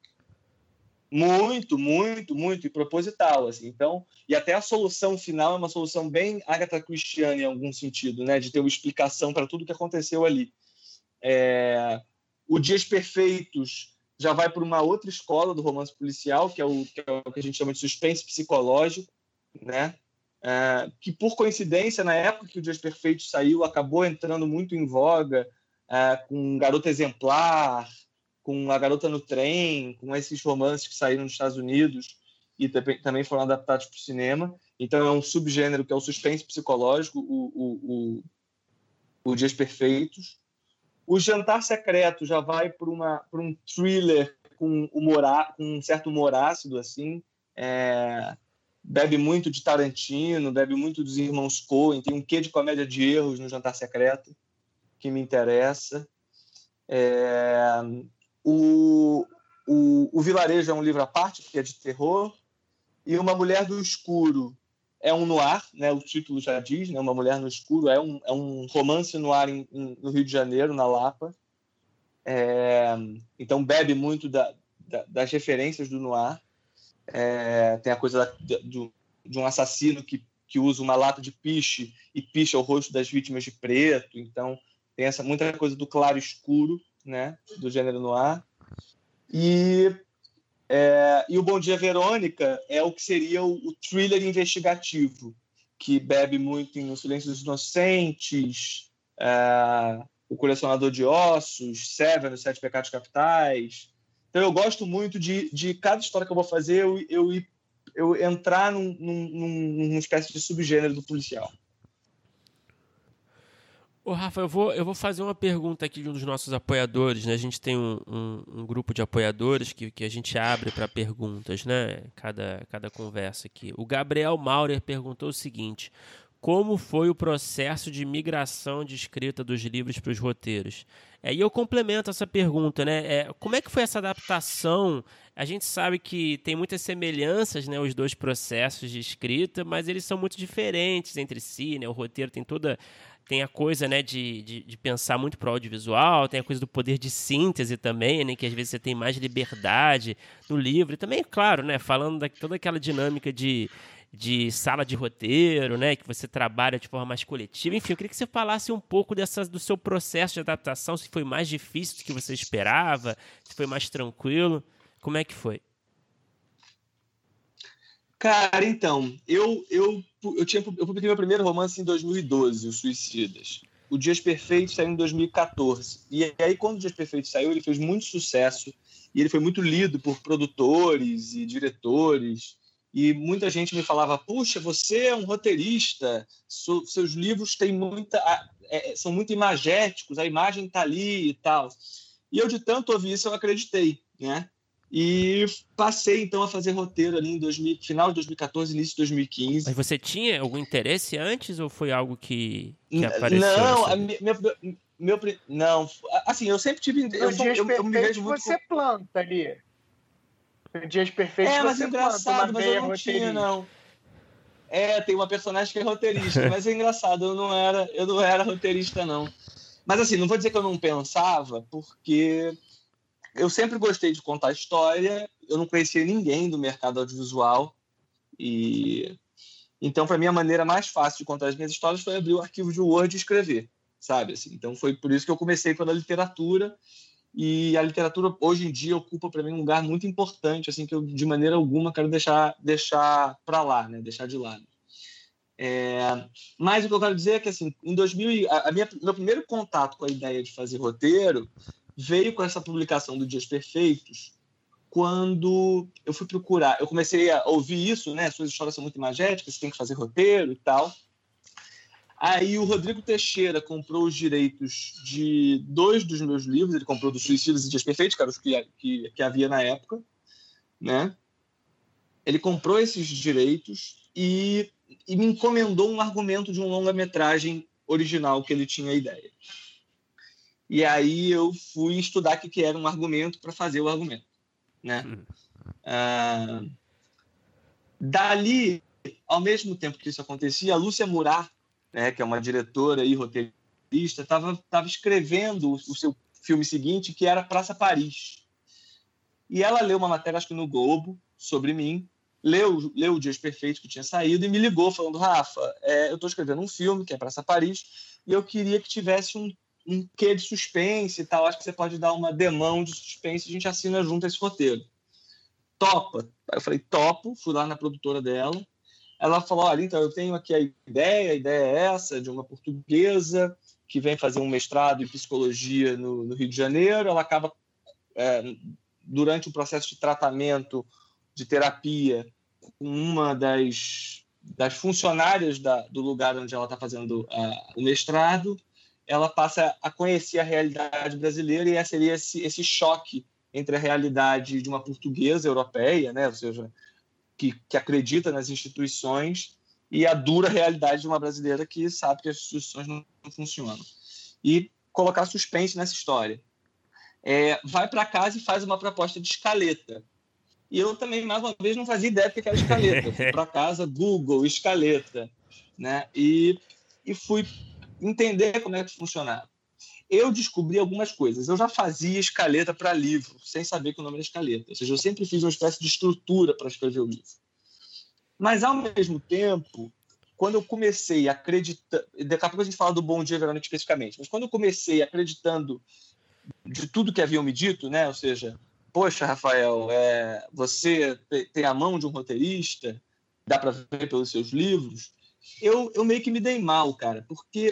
Muito, muito, muito, e proposital, assim. Então, e até a solução final é uma solução bem Agatha Christiana em algum sentido, né? De ter uma explicação para tudo que aconteceu ali. É... O Dias Perfeitos já vai para uma outra escola do romance policial, que é o que, é o que a gente chama de suspense psicológico, né? É... Que, por coincidência, na época que o Dias Perfeitos saiu, acabou entrando muito em voga, é... com Garota Exemplar, com A Garota no Trem, com esses romances que saíram nos Estados Unidos e também foram adaptados para o cinema. Então, é um subgênero que é o suspense psicológico, o, o, o, o Dias Perfeitos. O Jantar Secreto já vai para um thriller com, humor, com um certo humor ácido, assim. É, bebe muito de Tarantino, bebe muito dos irmãos Coen, tem um quê de comédia de erros no Jantar Secreto, que me interessa. É... O, o, o Vilarejo é um livro à parte, que é de terror, e Uma Mulher do Escuro é um noir, né? O título já diz, né? Uma Mulher no Escuro é um, é um romance noir em, em, no Rio de Janeiro, na Lapa. É, então bebe muito da, da, das referências do noir. É, tem a coisa da, do, de um assassino que, que usa uma lata de piche e picha o rosto das vítimas de preto. Então tem essa, muita coisa do claro escuro, né, do gênero noir. E, é, e o Bom Dia Verônica é o que seria o, o thriller investigativo, que bebe muito em O Silêncio dos Inocentes, é, O Colecionador de Ossos, Seven, Os Sete Pecados Capitais. Então, eu gosto muito de, de cada história que eu vou fazer, eu, eu, eu entrar num, num, numa espécie de subgênero do policial. Ô, Rafa, eu vou, eu vou fazer uma pergunta aqui de um dos nossos apoiadores, né? A gente tem um, um, um grupo de apoiadores que, que a gente abre para perguntas, né? Cada, cada conversa aqui. O Gabriel Maurer perguntou o seguinte: como foi o processo de migração de escrita dos livros para os roteiros? É, e eu complemento essa pergunta, né? É, como é que foi essa adaptação? A gente sabe que tem muitas semelhanças, né, os dois processos de escrita, mas eles são muito diferentes entre si, né? O roteiro tem toda... Tem a coisa, né, de, de, de pensar muito para o audiovisual, tem a coisa do poder de síntese também, né, que às vezes você tem mais liberdade no livro. E também, claro, né, falando de toda aquela dinâmica de, de sala de roteiro, né, que você trabalha de forma mais coletiva. Enfim, eu queria que você falasse um pouco dessa, do seu processo de adaptação, se foi mais difícil do que você esperava, se foi mais tranquilo. Como é que foi? Cara, então, eu, eu, eu, tinha, eu publiquei meu primeiro romance em dois mil e doze, Os Suicidas. O Dias Perfeitos saiu em dois mil e quatorze. E aí, quando o Dias Perfeitos saiu, ele fez muito sucesso e ele foi muito lido por produtores e diretores. E muita gente me falava, puxa, você é um roteirista, so, seus livros têm muita, é, são muito imagéticos, a imagem está ali e tal. E eu, de tanto ouvir isso, eu acreditei, né? E passei, então, a fazer roteiro ali em dois mil, final de dois mil e quatorze, início de dois mil e quinze. Mas você tinha algum interesse antes ou foi algo que, que apareceu? Não, a minha, meu, meu, não, assim, eu sempre tive... Eu, Dias eu, eu, eu me vejo muito você com... planta ali. O Dias Perfeitos é, mas você é engraçado, planta, mas eu não tinha, não. É, tem uma personagem que é roteirista, mas é engraçado, eu não era, eu não era roteirista, não. Mas, assim, não vou dizer que eu não pensava, porque... Eu sempre gostei de contar história, eu não conhecia ninguém do mercado audiovisual, e então, para mim, a maneira mais fácil de contar as minhas histórias foi abrir o arquivo de Word e escrever, sabe? Assim, então, foi por isso que eu comecei pela literatura, e a literatura, hoje em dia, ocupa para mim um lugar muito importante, assim, que eu, de maneira alguma, quero deixar, deixar para lá, né? Deixar de lado. É... Mas o que eu quero dizer é que, assim, em dois mil, a minha, meu primeiro contato com a ideia de fazer roteiro veio com essa publicação do Dias Perfeitos, quando eu fui procurar. Eu comecei a ouvir isso, né? Suas histórias são muito imagéticas, você tem que fazer roteiro e tal. Aí o Rodrigo Teixeira comprou os direitos de dois dos meus livros, ele comprou dos Suicidas e Dias Perfeitos, que eram os que, que, que havia na época, né? Ele comprou esses direitos e, e me encomendou um argumento de um longa-metragem original que ele tinha a ideia. E aí eu fui estudar o que era um argumento para fazer o argumento, né? Hum. Ah, dali, ao mesmo tempo que isso acontecia, a Lúcia Murat, né, que é uma diretora e roteirista, estava tava escrevendo o seu filme seguinte, que era Praça Paris. E ela leu uma matéria, acho que no Globo, sobre mim, leu, leu o Dias Perfeitos que tinha saído e me ligou falando, Rafa, é, eu estou escrevendo um filme, que é Praça Paris, e eu queria que tivesse um um quê de suspense e tal, acho que você pode dar uma demão de suspense, a gente assina junto esse roteiro. Topa? Aí eu falei, topo, fui lá na produtora dela, ela falou, olha, então eu tenho aqui a ideia, a ideia é essa, de uma portuguesa que vem fazer um mestrado em psicologia no, no Rio de Janeiro, ela acaba, é, durante o processo de tratamento, de terapia, com uma das, das funcionárias da, do lugar onde ela está fazendo uh, o mestrado, ela passa a conhecer a realidade brasileira e seria esse, esse choque entre a realidade de uma portuguesa europeia, né, ou seja, que, que acredita nas instituições, e a dura realidade de uma brasileira que sabe que as instituições não, não funcionam. E colocar suspense nessa história. É, vai para casa e faz uma proposta de escaleta. E eu também, mais uma vez, não fazia ideia do que era escaleta. Eu fui para casa, Google, escaleta, né, e, e fui entender como é que funcionava. Eu descobri algumas coisas. Eu já fazia escaleta para livro, sem saber que o nome era escaleta. Ou seja, eu sempre fiz uma espécie de estrutura para escrever o livro. Mas, ao mesmo tempo, quando eu comecei a acreditar... Daqui a pouco a gente fala do Bom Dia, Verônica, especificamente. Mas quando eu comecei acreditando de tudo que haviam me dito, né? Ou seja, poxa, Rafael, é... você tem a mão de um roteirista, dá para ver pelos seus livros... Eu, eu meio que me dei mal, cara, porque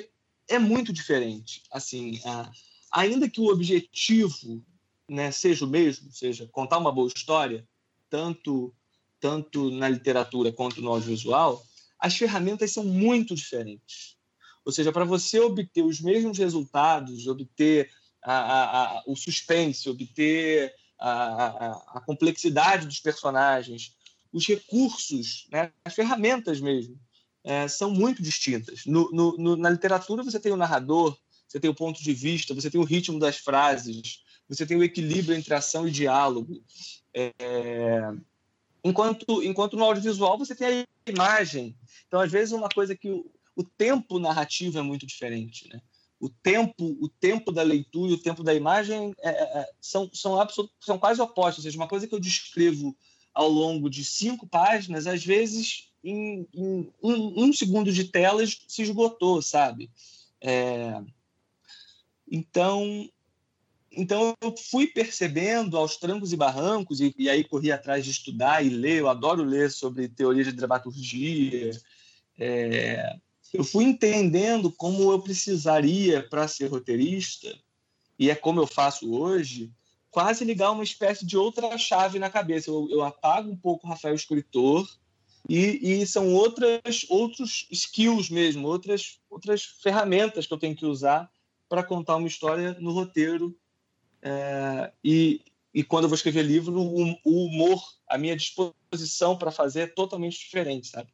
é muito diferente. Assim, a, ainda que o objetivo, né, seja o mesmo, seja contar uma boa história, tanto, tanto na literatura quanto no audiovisual, as ferramentas são muito diferentes. Ou seja, para você obter os mesmos resultados, obter a, a, a, o suspense, obter a, a, a complexidade dos personagens, os recursos, né, as ferramentas mesmo, é, são muito distintas. No, no, no, na literatura você tem o narrador, você tem o ponto de vista, você tem o ritmo das frases, você tem o equilíbrio entre ação e diálogo. É, enquanto, enquanto no audiovisual você tem a imagem. Então, às vezes, uma coisa que o, o tempo narrativo é muito diferente, né? O tempo, o tempo da leitura e o tempo da imagem é, é, são, são, absolut, são quase opostos. Ou seja, uma coisa que eu descrevo ao longo de cinco páginas, às vezes, em, em um, um segundo de tela, se esgotou, sabe? É, então, então, eu fui percebendo aos trancos e barrancos, e, e aí corri atrás de estudar e ler. Eu adoro ler sobre teoria de dramaturgia. É, eu fui entendendo como eu precisaria, para ser roteirista, e é como eu faço hoje, quase ligar uma espécie de outra chave na cabeça. Eu, eu apago um pouco o Rafael escritor e, e são outras, outros skills mesmo, outras, outras ferramentas que eu tenho que usar para contar uma história no roteiro. É, e, e quando eu vou escrever livro, o, o humor, a minha disposição para fazer é totalmente diferente, sabe?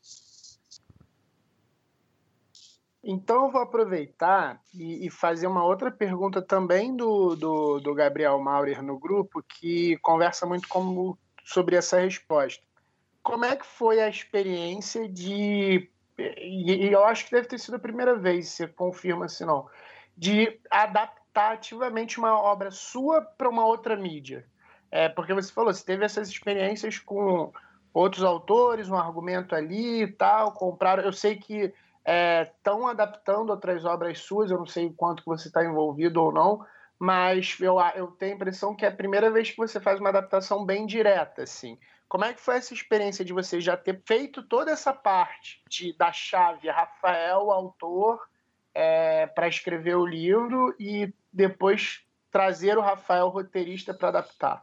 Então eu vou aproveitar e, e fazer uma outra pergunta também do, do, do Gabriel Maurer no grupo, que conversa muito como, sobre essa resposta. Como é que foi a experiência de... E, e eu acho que deve ter sido a primeira vez, você confirma se não, de adaptar ativamente uma obra sua para uma outra mídia. É, porque você falou, você teve essas experiências com outros autores, um argumento ali e tal, compraram... Eu sei que estão é, adaptando outras obras suas, eu não sei o quanto que você está envolvido ou não, mas eu, eu tenho a impressão que é a primeira vez que você faz uma adaptação bem direta, assim. Como é que foi essa experiência de você já ter feito toda essa parte de, da chave Rafael, autor, é, para escrever o livro e depois trazer o Rafael, roteirista, para adaptar?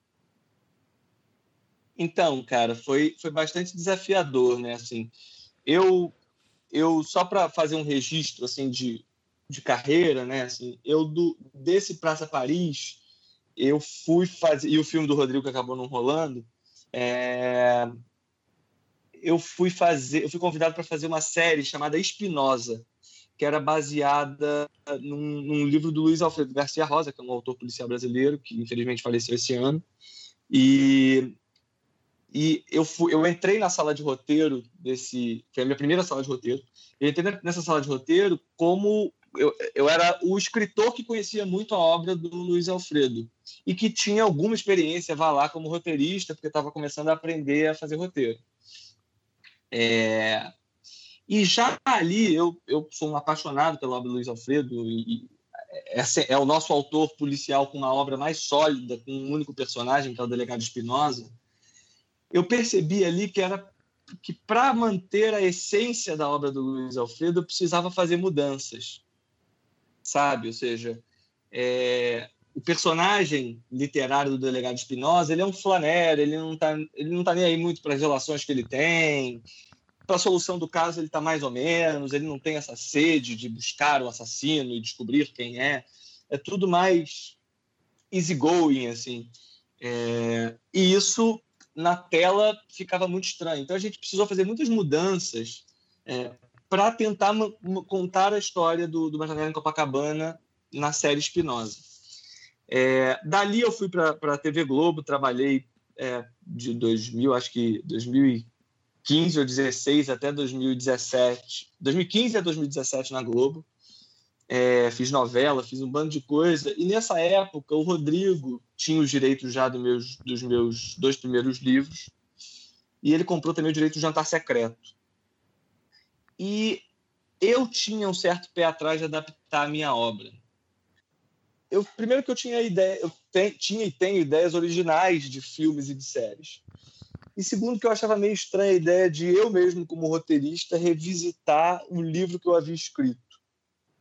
Então, cara, foi, foi bastante desafiador, né? Assim, eu... eu só para fazer um registro assim de, de carreira, né, assim, eu do desse Praça Paris, eu fui fazer, e o filme do Rodrigo que acabou não rolando, é, eu fui fazer, eu fui convidado para fazer uma série chamada Espinosa, que era baseada num, num livro do Luiz Alfredo Garcia Rosa, que é um autor policial brasileiro que infelizmente faleceu esse ano. E E eu, fui, eu entrei na sala de roteiro desse... Foi a minha primeira sala de roteiro. Eu entrei nessa sala de roteiro como... Eu, eu era o escritor que conhecia muito a obra do Luiz Alfredo e que tinha alguma experiência, vá lá, como roteirista, porque estava começando a aprender a fazer roteiro. É... E já ali, eu, eu sou um apaixonado pela obra do Luiz Alfredo e é, é o nosso autor policial com uma obra mais sólida, com um único personagem, que é o Delegado Espinosa. Eu percebi ali que era que para manter a essência da obra do Luiz Alfredo eu precisava fazer mudanças, sabe? Ou seja, é, o personagem literário do Delegado Espinosa, ele é um flaneur, ele não está ele não tá nem aí muito para as relações que ele tem, para a solução do caso ele está mais ou menos, ele não tem essa sede de buscar o assassino e descobrir quem é, é tudo mais easygoing, assim. É, e isso na tela ficava muito estranho. Então a gente precisou fazer muitas mudanças é, para tentar contar a história do, do Uma Janela em Copacabana na série Espinosa. É, dali eu fui para a T V Globo, trabalhei é, de dois mil, acho que dois mil e quinze ou dezesseis até dois mil e dezessete, dois mil e quinze a dois mil e dezessete na Globo. É, fiz novela, fiz um bando de coisa, e nessa época o Rodrigo tinha os direitos já do meus, dos meus dois primeiros livros, e ele comprou também o direito do Jantar Secreto. E eu tinha um certo pé atrás de adaptar a minha obra. Eu, primeiro que eu tinha ideia, eu te, tinha e tenho ideias originais de filmes e de séries. E segundo que eu achava meio estranha a ideia de eu mesmo, como roteirista, revisitar um livro que eu havia escrito.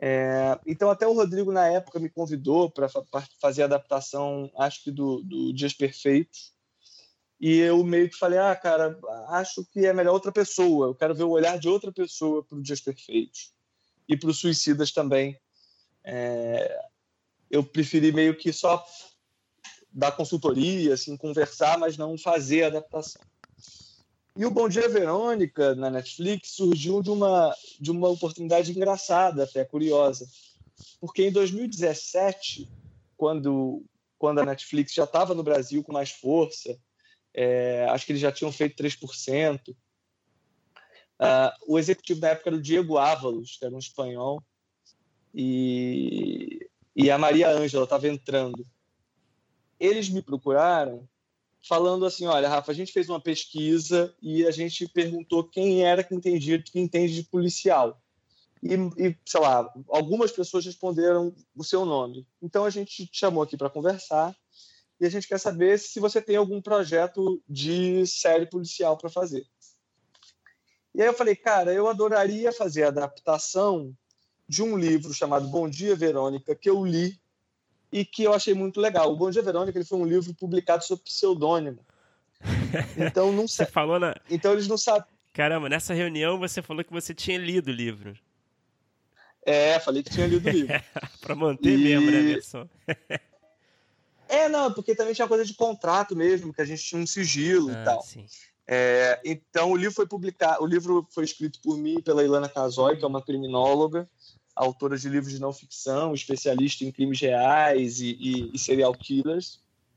É, então, até o Rodrigo, na época, me convidou para fa fazer a adaptação, acho que do, do Dias Perfeitos. E eu meio que falei, ah, cara, acho que é melhor outra pessoa. Eu quero ver o olhar de outra pessoa para o Dias Perfeitos. E para os Suicidas também. É, eu preferi meio que só dar consultoria, assim, conversar, mas não fazer a adaptação. E o Bom Dia Verônica, na Netflix, surgiu de uma, de uma oportunidade engraçada, até curiosa. Porque em dois mil e dezessete, quando, quando a Netflix já estava no Brasil com mais força, é, acho que eles já tinham feito três por cento, uh, o executivo da época era o Diego Ávalos, que era um espanhol, e, e a Maria Ângela estava entrando. Eles me procuraram falando assim, olha, Rafa, a gente fez uma pesquisa e a gente perguntou quem era que entendia, que entende de policial. E, e, sei lá, algumas pessoas responderam o seu nome. Então, a gente te chamou aqui para conversar e a gente quer saber se você tem algum projeto de série policial para fazer. E aí eu falei, cara, eu adoraria fazer a adaptação de um livro chamado Bom Dia, Verônica, que eu li e que eu achei muito legal. O Bom Dia, Verônica, ele foi um livro publicado sob pseudônimo. Então, não Você falou na... então eles não sabem. Caramba, nessa reunião você falou que você tinha lido o livro. É, falei que tinha lido o livro. Para manter e... mesmo, né, a versão? É, não, porque também tinha coisa de contrato mesmo, que a gente tinha um sigilo ah, e tal. Sim. É, então, o livro foi publicado, o livro foi escrito por mim e pela Ilana Casoy, que é uma criminóloga, autora de livros de não ficção, especialista em crimes reais e, e, e serial killers.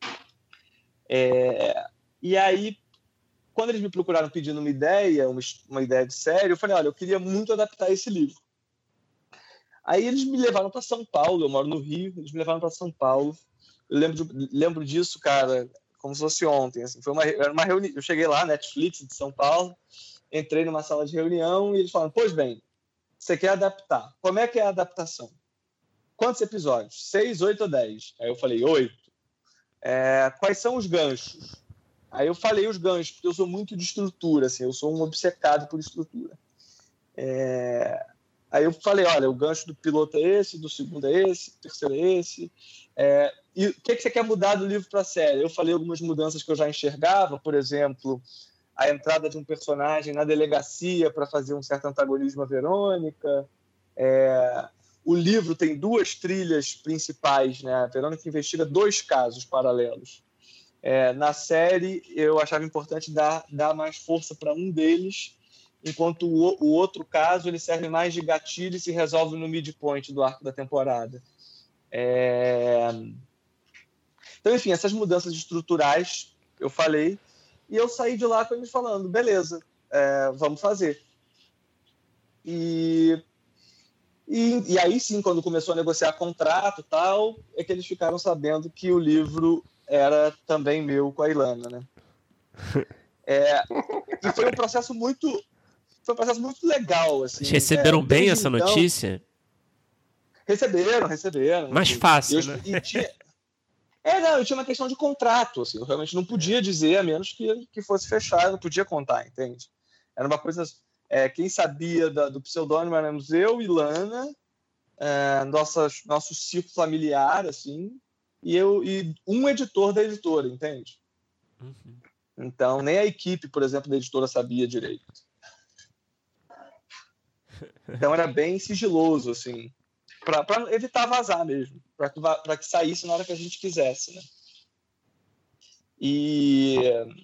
É, e aí, quando eles me procuraram pedindo uma ideia, uma, uma ideia de série, eu falei, olha, eu queria muito adaptar esse livro. Aí eles me levaram para São Paulo, eu moro no Rio, eles me levaram para São Paulo. Eu lembro, de, lembro disso, cara, como se fosse ontem. Assim, foi uma, era uma reunião. Eu cheguei lá, Netflix de São Paulo, entrei numa sala de reunião e eles falaram, pois bem, você quer adaptar. Como é que é a adaptação? Quantos episódios? Seis, oito ou dez? Aí eu falei, oito. É, quais são os ganchos? Aí eu falei os ganchos, porque eu sou muito de estrutura, assim, eu sou um obcecado por estrutura. É... Aí eu falei, olha, o gancho do piloto é esse, do segundo é esse, do terceiro é esse. É... E o que, que você quer mudar do livro para a série? Eu falei algumas mudanças que eu já enxergava, por exemplo, a entrada de um personagem na delegacia para fazer um certo antagonismo à Verônica. É... O livro tem duas trilhas principais, né? A Verônica investiga dois casos paralelos. É, na série, eu achava importante dar, dar mais força para um deles, enquanto o, o outro caso ele serve mais de gatilho e se resolve no midpoint do arco da temporada. É... Então, enfim, essas mudanças estruturais eu falei, e eu saí de lá com eles falando, beleza, é, vamos fazer. E... E, e aí sim, quando começou a negociar contrato e tal, é que eles ficaram sabendo que o livro era também meu com a Ilana, né? É, e foi um processo muito, foi um processo muito legal, assim. Vocês receberam é, bem essa então, notícia? Receberam, receberam. Mais fácil, eu, né? E tinha, é, não, eu tinha uma questão de contrato, assim, eu realmente não podia dizer, a menos que, que fosse fechado, eu não podia contar, entende? Era uma coisa... É, quem sabia da, do pseudônimo éramos eu, Ilana, é, nossa, nosso ciclo familiar, assim, e, eu, e um editor da editora, entende? Uhum. Então, nem a equipe, por exemplo, da editora sabia direito. Então, era bem sigiloso, assim, para evitar vazar mesmo, para que, para que saísse na hora que a gente quisesse, né? E...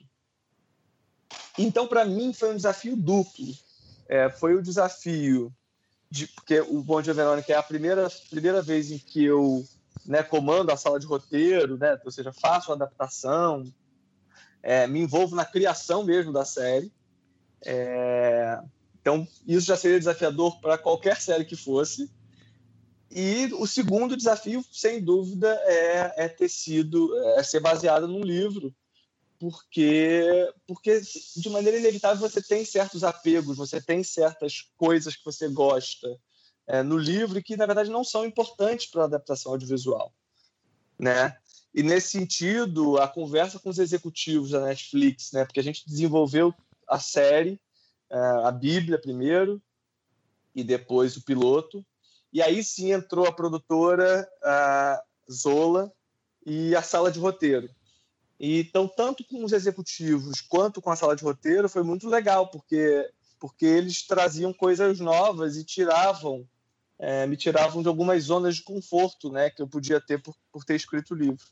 Então, para mim, foi um desafio duplo. É, foi o desafio de... Porque o Bom Dia, Verônica é a primeira, primeira vez em que eu, né, comando a sala de roteiro, né, ou seja, faço a adaptação, é, me envolvo na criação mesmo da série. É, então, isso já seria desafiador para qualquer série que fosse. E o segundo desafio, sem dúvida, é, é ter sido... é ser baseado num livro, porque, porque de maneira inevitável você tem certos apegos, você tem certas coisas que você gosta é, no livro e que, na verdade, não são importantes para a adaptação audiovisual, né? E, nesse sentido, a conversa com os executivos da Netflix, né? Porque a gente desenvolveu a série, a Bíblia primeiro e depois o piloto, E aí sim entrou a produtora, a Zola, e a sala de roteiro. E, então, tanto com os executivos quanto com a sala de roteiro, foi muito legal, porque, porque eles traziam coisas novas e tiravam, é, me tiravam de algumas zonas de conforto, né, que eu podia ter por, por ter escrito o livro.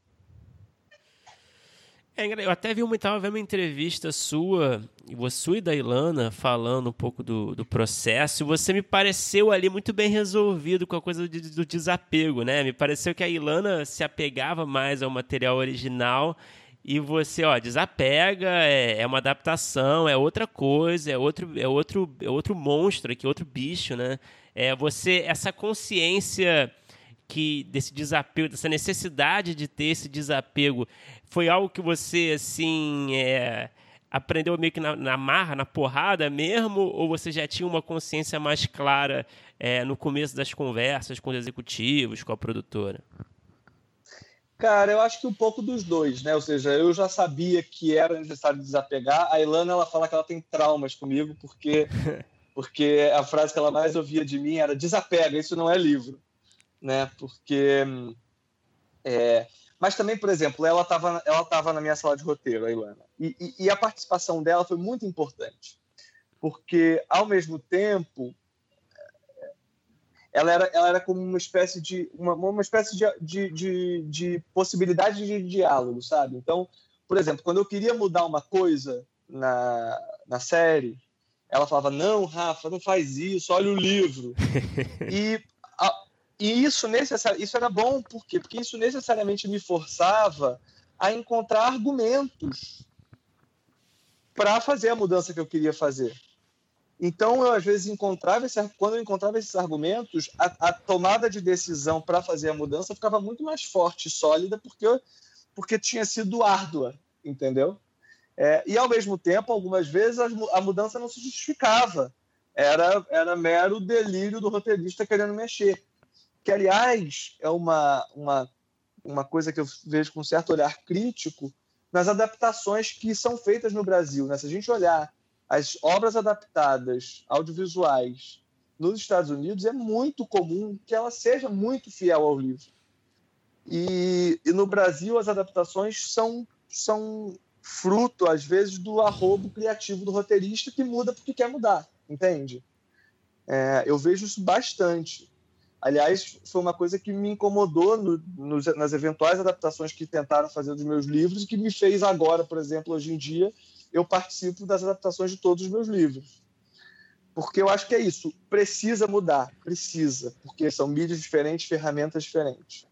É, eu até vi uma, tava vendo uma entrevista sua, sua e da Ilana, falando um pouco do, do processo, e você me pareceu ali muito bem resolvido com a coisa do, do desapego, né? Me pareceu que a Ilana se apegava mais ao material original e você, ó, desapega, é, é uma adaptação, é outra coisa, é outro, é outro, é outro monstro aqui, outro bicho, né? É você, essa consciência que desse desapego, dessa necessidade de ter esse desapego, foi algo que você, assim, é, aprendeu meio que na, na marra, na porrada mesmo, ou você já tinha uma consciência mais clara é, no começo das conversas com os executivos, com a produtora? Cara, eu acho que um pouco dos dois, né? Ou seja, eu já sabia que era necessário desapegar. A Ilana, ela fala que ela tem traumas comigo, porque, porque a frase que ela mais ouvia de mim era desapega, isso não é livro. Né? Porque é... mas também, por exemplo, ela estava ela tava na minha sala de roteiro, a Ilana, e, e, e a participação dela foi muito importante, porque ao mesmo tempo ela era, ela era como uma espécie de uma, uma espécie de, de, de, de possibilidade de diálogo, sabe? Então, por exemplo, quando eu queria mudar uma coisa na, na série, ela falava, não, Rafa, não faz isso, olha o livro. E a, E isso, necessari... isso era bom, por quê? Porque isso necessariamente me forçava a encontrar argumentos para fazer a mudança que eu queria fazer. Então, eu, às vezes, encontrava esse... quando eu encontrava esses argumentos, a, a tomada de decisão para fazer a mudança ficava muito mais forte e sólida, porque, eu... porque tinha sido árdua, entendeu? É... E, ao mesmo tempo, algumas vezes, a mudança não se justificava. Era, era mero delírio do roteirista querendo mexer. Que, aliás, é uma, uma, uma coisa que eu vejo com um certo olhar crítico nas adaptações que são feitas no Brasil. Né? Se a gente olhar as obras adaptadas audiovisuais nos Estados Unidos, é muito comum que ela seja muito fiel ao livro. E, e no Brasil, as adaptações são, são fruto, às vezes, do arrobo criativo do roteirista que muda porque quer mudar, entende? É, eu vejo isso bastante. Aliás, foi uma coisa que me incomodou no, nos, nas eventuais adaptações que tentaram fazer dos meus livros e que me fez agora, por exemplo, hoje em dia, eu participo das adaptações de todos os meus livros. Porque eu acho que é isso, precisa mudar, precisa, porque são mídias diferentes, ferramentas diferentes.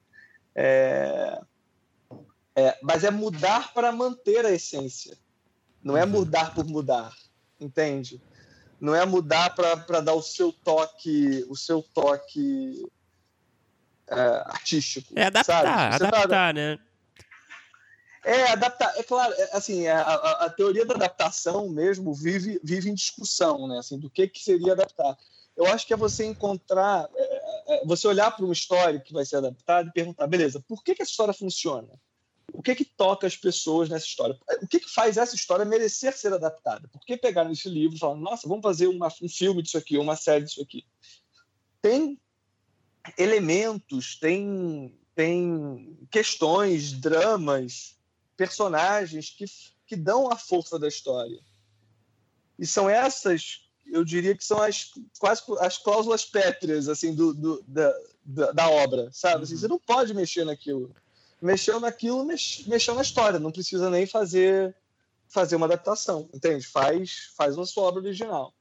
É, é, mas é mudar para manter a essência, não é mudar por mudar, entende? Não é mudar para dar o seu toque, o seu toque é, artístico. É adaptar, sabe? adaptar, tá... né? É, adaptar. É claro, é, assim, a, a, a teoria da adaptação mesmo vive, vive em discussão, né? Assim, do que, que seria adaptar. Eu acho que é você encontrar, é, é, você olhar para uma história que vai ser adaptada e perguntar, beleza, por que, que essa história funciona? O que que toca as pessoas nessa história? O que que faz essa história merecer ser adaptada? Por que pegaram esse livro e falaram, nossa, vamos fazer uma, um filme disso aqui, uma série disso aqui? Tem elementos, tem, tem questões, dramas, personagens que, que dão a força da história. E são essas, eu diria que são as, quase as cláusulas pétreas assim, do, do, da, da, da obra, sabe? Assim, você não pode mexer naquilo. Mexeu naquilo, mex, mexeu na história. Não precisa nem fazer, fazer uma adaptação, entende? Faz, faz a sua obra original.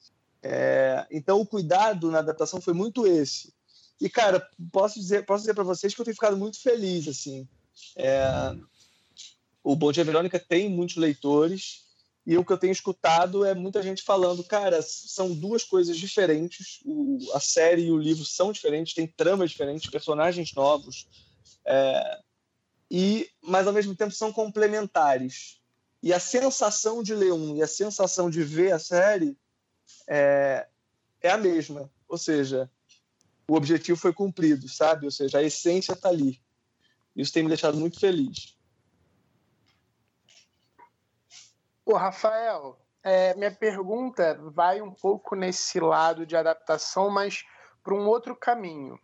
É, então, o cuidado na adaptação foi muito esse. E, cara, posso dizer, posso dizer para vocês que eu tenho ficado muito feliz, assim. É, o Bom Dia Verônica tem muitos leitores e o que eu tenho escutado é muita gente falando, cara, são duas coisas diferentes. O, a série e o livro são diferentes, tem tramas diferentes, personagens novos. É, E, mas ao mesmo tempo são complementares. E a sensação de ler um e a sensação de ver a série é, é a mesma. Ou seja, o objetivo foi cumprido, sabe? Ou seja, a essência está ali. Isso tem me deixado muito feliz. Ô, Rafael, é, minha pergunta vai um pouco nesse lado de adaptação, mas para um outro caminho.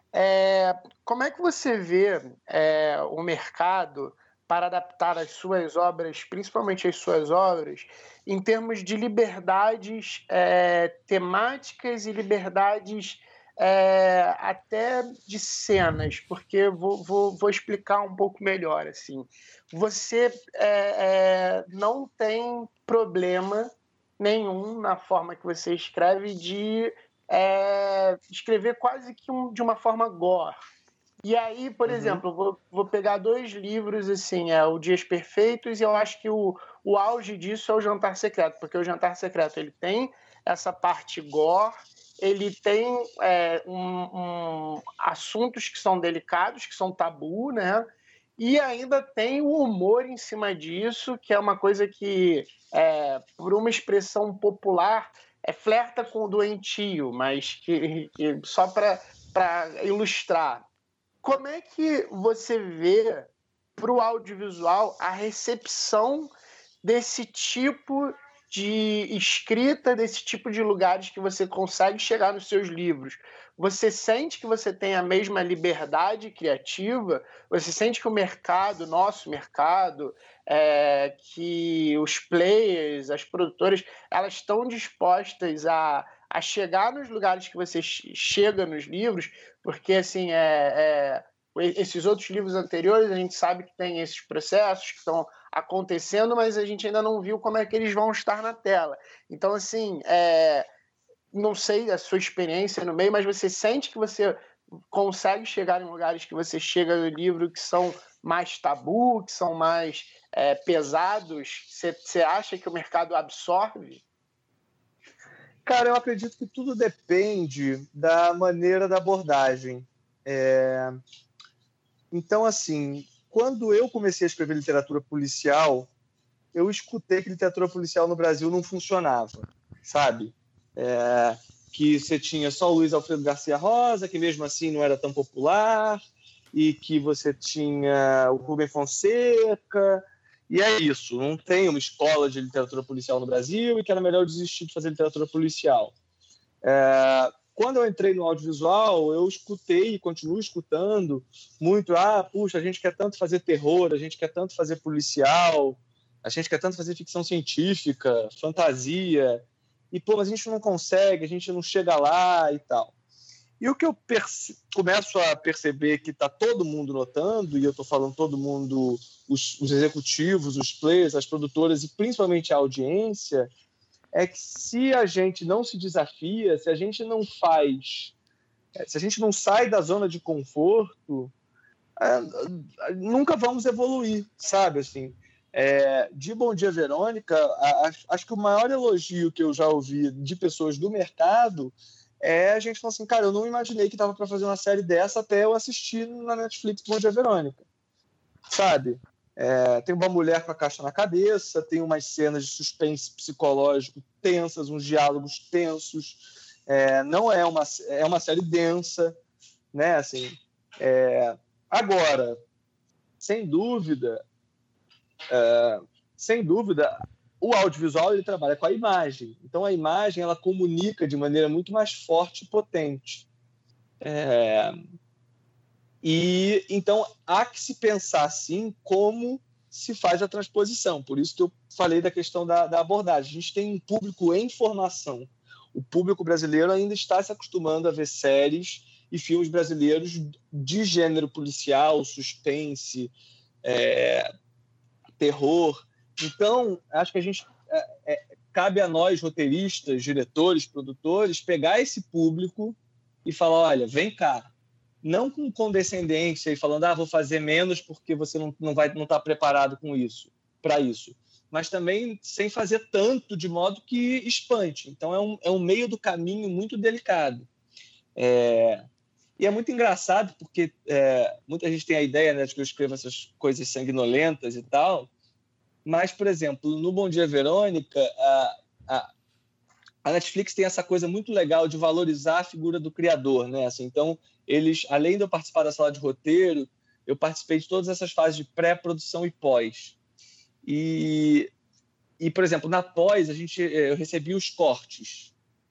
É, como é que você vê é, o mercado para adaptar as suas obras, principalmente as suas obras, em termos de liberdades é, temáticas e liberdades é, até de cenas? Porque vou, vou, vou explicar um pouco melhor. Assim. Você é, é, não tem problema nenhum na forma que você escreve de é, escrever quase que um, de uma forma gore. E aí, por uhum. exemplo, vou, vou pegar dois livros, assim, é o Dias Perfeitos, e eu acho que o, o auge disso é o Jantar Secreto, porque o Jantar Secreto ele tem essa parte gore, ele tem é, um, um, assuntos que são delicados, que são tabu, né? E ainda tem o humor em cima disso, que é uma coisa que, é, por uma expressão popular, é, flerta com o doentio, mas que, que só para ilustrar. Como é que você vê para o audiovisual a recepção desse tipo de escrita, desse tipo de lugares que você consegue chegar nos seus livros? Você sente que você tem a mesma liberdade criativa? Você sente que o mercado, nosso mercado, é, que os players, as produtoras, elas estão dispostas a, a chegar nos lugares que você chega nos livros? Porque, assim, é, é, esses outros livros anteriores, a gente sabe que tem esses processos que estão acontecendo, mas a gente ainda não viu como é que eles vão estar na tela. Então, assim, é, não sei a sua experiência no meio, mas você sente que você consegue chegar em lugares que você chega no livro que são mais tabu, que são mais é, pesados? Você, você acha que o mercado absorve? Cara, eu acredito que tudo depende da maneira da abordagem. É... Então, assim, quando eu comecei a escrever literatura policial, eu escutei que literatura policial no Brasil não funcionava, sabe? É... Que você tinha só o Luiz Alfredo Garcia Rosa, que mesmo assim não era tão popular, e que você tinha o Rubem Fonseca... E é isso, não tem uma escola de literatura policial no Brasil e que era melhor desistir de fazer literatura policial. É, quando eu entrei no audiovisual, eu escutei e continuo escutando muito, ah, puxa, a gente quer tanto fazer terror, a gente quer tanto fazer policial, a gente quer tanto fazer ficção científica, fantasia, e, pô, mas a gente não consegue, a gente não chega lá e tal. E o que eu perce- começo a perceber que está todo mundo notando, e eu estou falando todo mundo, os, os executivos, os players, as produtoras e principalmente a audiência, é que se a gente não se desafia, se a gente não faz, se a gente não sai da zona de conforto, é, nunca vamos evoluir, sabe? Assim, é, de Bom Dia, Verônica, a, a, acho que o maior elogio que eu já ouvi de pessoas do mercado é a gente falar assim, cara, eu não imaginei que tava para fazer uma série dessa até eu assistir na Netflix Bom Dia, Verônica. Sabe? É, tem uma mulher com a caixa na cabeça, tem umas cenas de suspense psicológico tensas, uns diálogos tensos. É, não é uma, é uma série densa, né? Assim, é, agora, sem dúvida, é, sem dúvida, o audiovisual ele trabalha com a imagem. Então, a imagem ela comunica de maneira muito mais forte e potente. É... E, então, há que se pensar, assim, como se faz a transposição. Por isso que eu falei da questão da, da abordagem. A gente tem um público em formação. O público brasileiro ainda está se acostumando a ver séries e filmes brasileiros de gênero policial, suspense, é... terror. Então, acho que a gente é, é, cabe a nós, roteiristas, diretores, produtores, pegar esse público e falar, olha, vem cá. Não com condescendência e falando, ah, vou fazer menos porque você não, não vai não está preparado com isso, para isso. Mas também sem fazer tanto de modo que espante. Então, é um, é um meio do caminho muito delicado. É... E é muito engraçado porque é, muita gente tem a ideia, né, de que eu escrevo essas coisas sanguinolentas e tal. Mas, por exemplo, no Bom Dia, Verônica, a, a, a Netflix tem essa coisa muito legal de valorizar a figura do criador, né? Assim, então, eles, além de eu participar da sala de roteiro, eu participei de todas essas fases de pré-produção e pós. E, e, por exemplo, na pós, a gente, eu recebi os cortes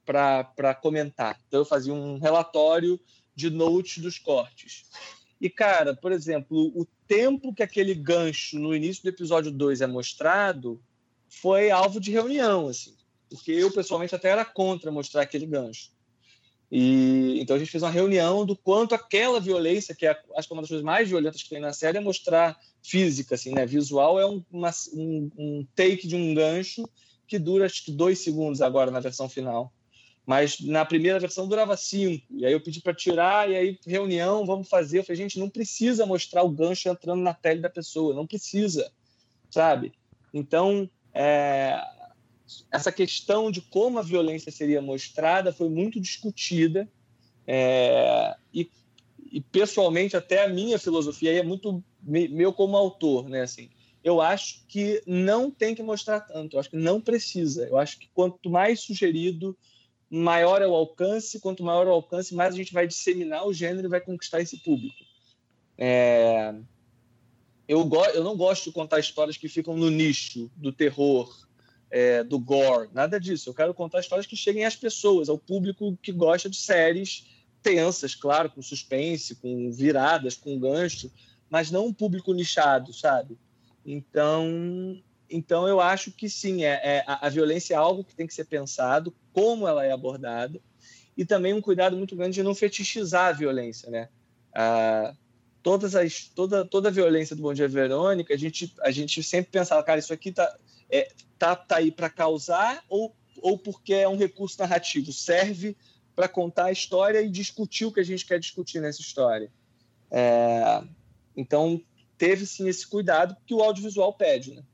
para comentar. Então eu fazia um relatório de notes dos cortes. E, cara, por exemplo, o tempo que aquele gancho no início do episódio dois é mostrado foi alvo de reunião, assim, porque eu, pessoalmente, até era contra mostrar aquele gancho. E, então a gente fez uma reunião do quanto aquela violência, que é, acho que é uma das coisas mais violentas que tem na série, é mostrar física, assim, né? Visual é um, uma, um, um take de um gancho que dura, acho que, dois segundos agora na versão final. Mas na primeira versão durava cinco. E aí eu pedi para tirar, e aí reunião, vamos fazer. Eu falei, gente, não precisa mostrar o gancho entrando na pele da pessoa, não precisa, sabe? Então, é, essa questão de como a violência seria mostrada foi muito discutida. É, e, e, pessoalmente, até a minha filosofia aí é muito meu como autor, né? Assim, eu acho que não tem que mostrar tanto, eu acho que não precisa. Eu acho que quanto mais sugerido, maior é o alcance, quanto maior o alcance, mais a gente vai disseminar o gênero e vai conquistar esse público. É... Eu, go... eu não gosto de contar histórias que ficam no nicho do terror, é, do gore, nada disso. Eu quero contar histórias que cheguem às pessoas, ao público que gosta de séries tensas, claro, com suspense, com viradas, com gancho, mas não um público nichado, sabe? Então... Então, eu acho que sim, é, é, a, a violência é algo que tem que ser pensado, como ela é abordada, e também um cuidado muito grande de não fetichizar a violência, né? Ah, todas as, toda, toda a violência do Bom Dia Verônica, a gente, a gente sempre pensava, cara, isso aqui tá, é, tá, tá aí para causar ou, ou porque é um recurso narrativo, serve para contar a história e discutir o que a gente quer discutir nessa história. É, então, teve sim esse cuidado que o audiovisual pede, né?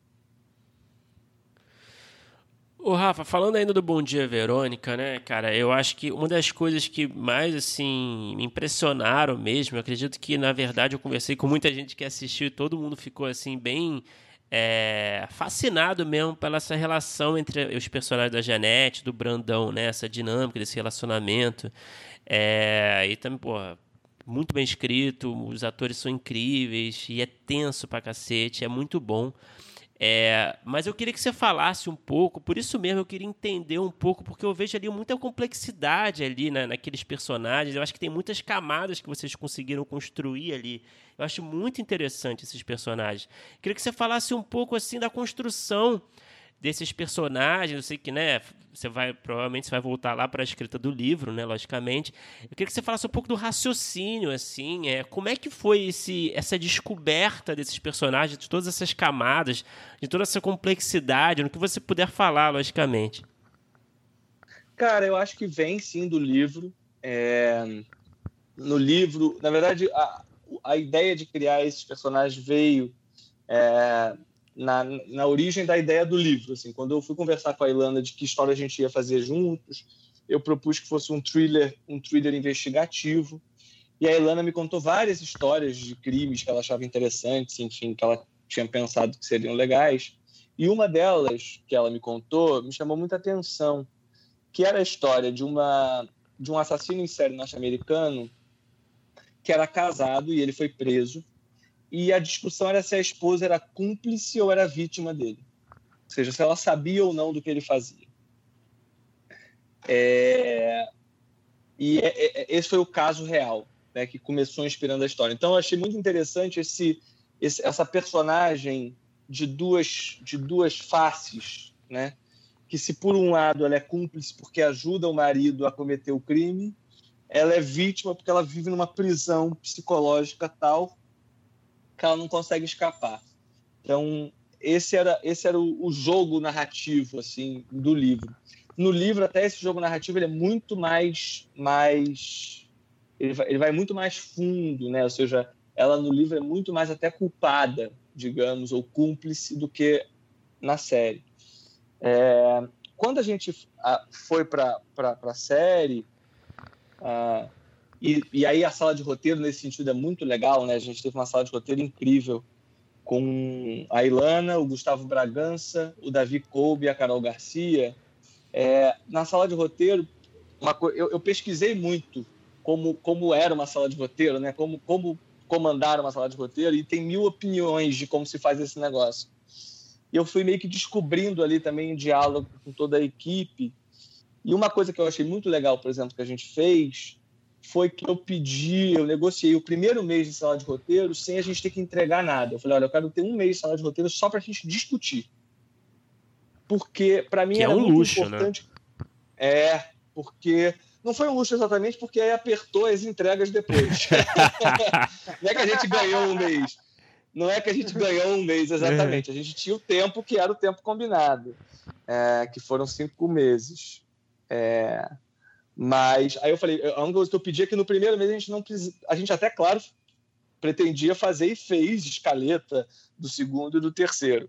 Ô, Rafa, falando ainda do Bom Dia Verônica, né, cara, eu acho que uma das coisas que mais, assim, me impressionaram mesmo, eu acredito que, na verdade, eu conversei com muita gente que assistiu e todo mundo ficou, assim, bem é, fascinado mesmo pela essa relação entre os personagens da Janete, do Brandão, né, essa dinâmica desse relacionamento. É, e também, porra, muito bem escrito, os atores são incríveis e é tenso pra cacete, é muito bom. É, mas eu queria que você falasse um pouco, por isso mesmo eu queria entender um pouco, porque eu vejo ali muita complexidade ali na, naqueles personagens, eu acho que tem muitas camadas que vocês conseguiram construir ali, eu acho muito interessante esses personagens. Queria que você falasse um pouco assim da construção desses personagens. Eu sei que, né, você vai, provavelmente você vai voltar lá para a escrita do livro, né, logicamente. Eu queria que você falasse um pouco do raciocínio, assim, é, como é que foi esse, essa descoberta desses personagens, de todas essas camadas, de toda essa complexidade, no que você puder falar, logicamente. Cara, eu acho que vem sim do livro. É... No livro, na verdade, a, a ideia de criar esses personagens veio é, na, na origem da ideia do livro. Assim, quando eu fui conversar com a Ilana de que história a gente ia fazer juntos, eu propus que fosse um thriller, um thriller investigativo. E a Ilana me contou várias histórias de crimes que ela achava interessantes, enfim, que ela tinha pensado que seriam legais. E uma delas, que ela me contou, me chamou muita atenção, que era a história de, uma, de um assassino em série norte-americano que era casado e ele foi preso. E a discussão era se a esposa era cúmplice ou era vítima dele. Ou seja, se ela sabia ou não do que ele fazia. É... E é, é, esse foi o caso real, né, que começou inspirando a história. Então, eu achei muito interessante esse, esse, essa personagem de duas, de duas faces, né? Que se por um lado ela é cúmplice porque ajuda o marido a cometer o crime, ela é vítima porque ela vive numa prisão psicológica tal que ela não consegue escapar. Então, esse era, esse era o, o jogo narrativo assim, do livro. No livro, até esse jogo narrativo ele é muito mais... mais ele, vai, ele vai muito mais fundo, né? Ou seja, ela no livro é muito mais até culpada, digamos, ou cúmplice do que na série. É, quando a gente foi para a série, ah, e, e aí a sala de roteiro, nesse sentido, é muito legal, né? A gente teve uma sala de roteiro incrível com a Ilana, o Gustavo Bragança, o Davi Kolbe e a Carol Garcia. É, na sala de roteiro, uma co... eu, eu pesquisei muito como, como era uma sala de roteiro, né? como, como comandar uma sala de roteiro, e tem mil opiniões de como se faz esse negócio. E eu fui meio que descobrindo ali também em diálogo com toda a equipe E uma coisa que eu achei muito legal, por exemplo, que a gente fez, foi que eu pedi, eu negociei o primeiro mês de sala de roteiro sem a gente ter que entregar nada. Eu falei, olha, eu quero ter um mês de sala de roteiro só para a gente discutir. Porque, para mim, que era é um muito luxo, importante. Né? É, porque... Não foi um luxo exatamente, porque aí apertou as entregas depois. Não é que a gente ganhou um mês. Não é que a gente ganhou um mês, exatamente. A gente tinha o tempo que era o tempo combinado, é, que foram cinco meses. É, mas aí eu falei, a única coisa que eu pedi é que no primeiro mês a gente não precisa... A gente até, claro, pretendia fazer e fez escaleta do segundo e do terceiro.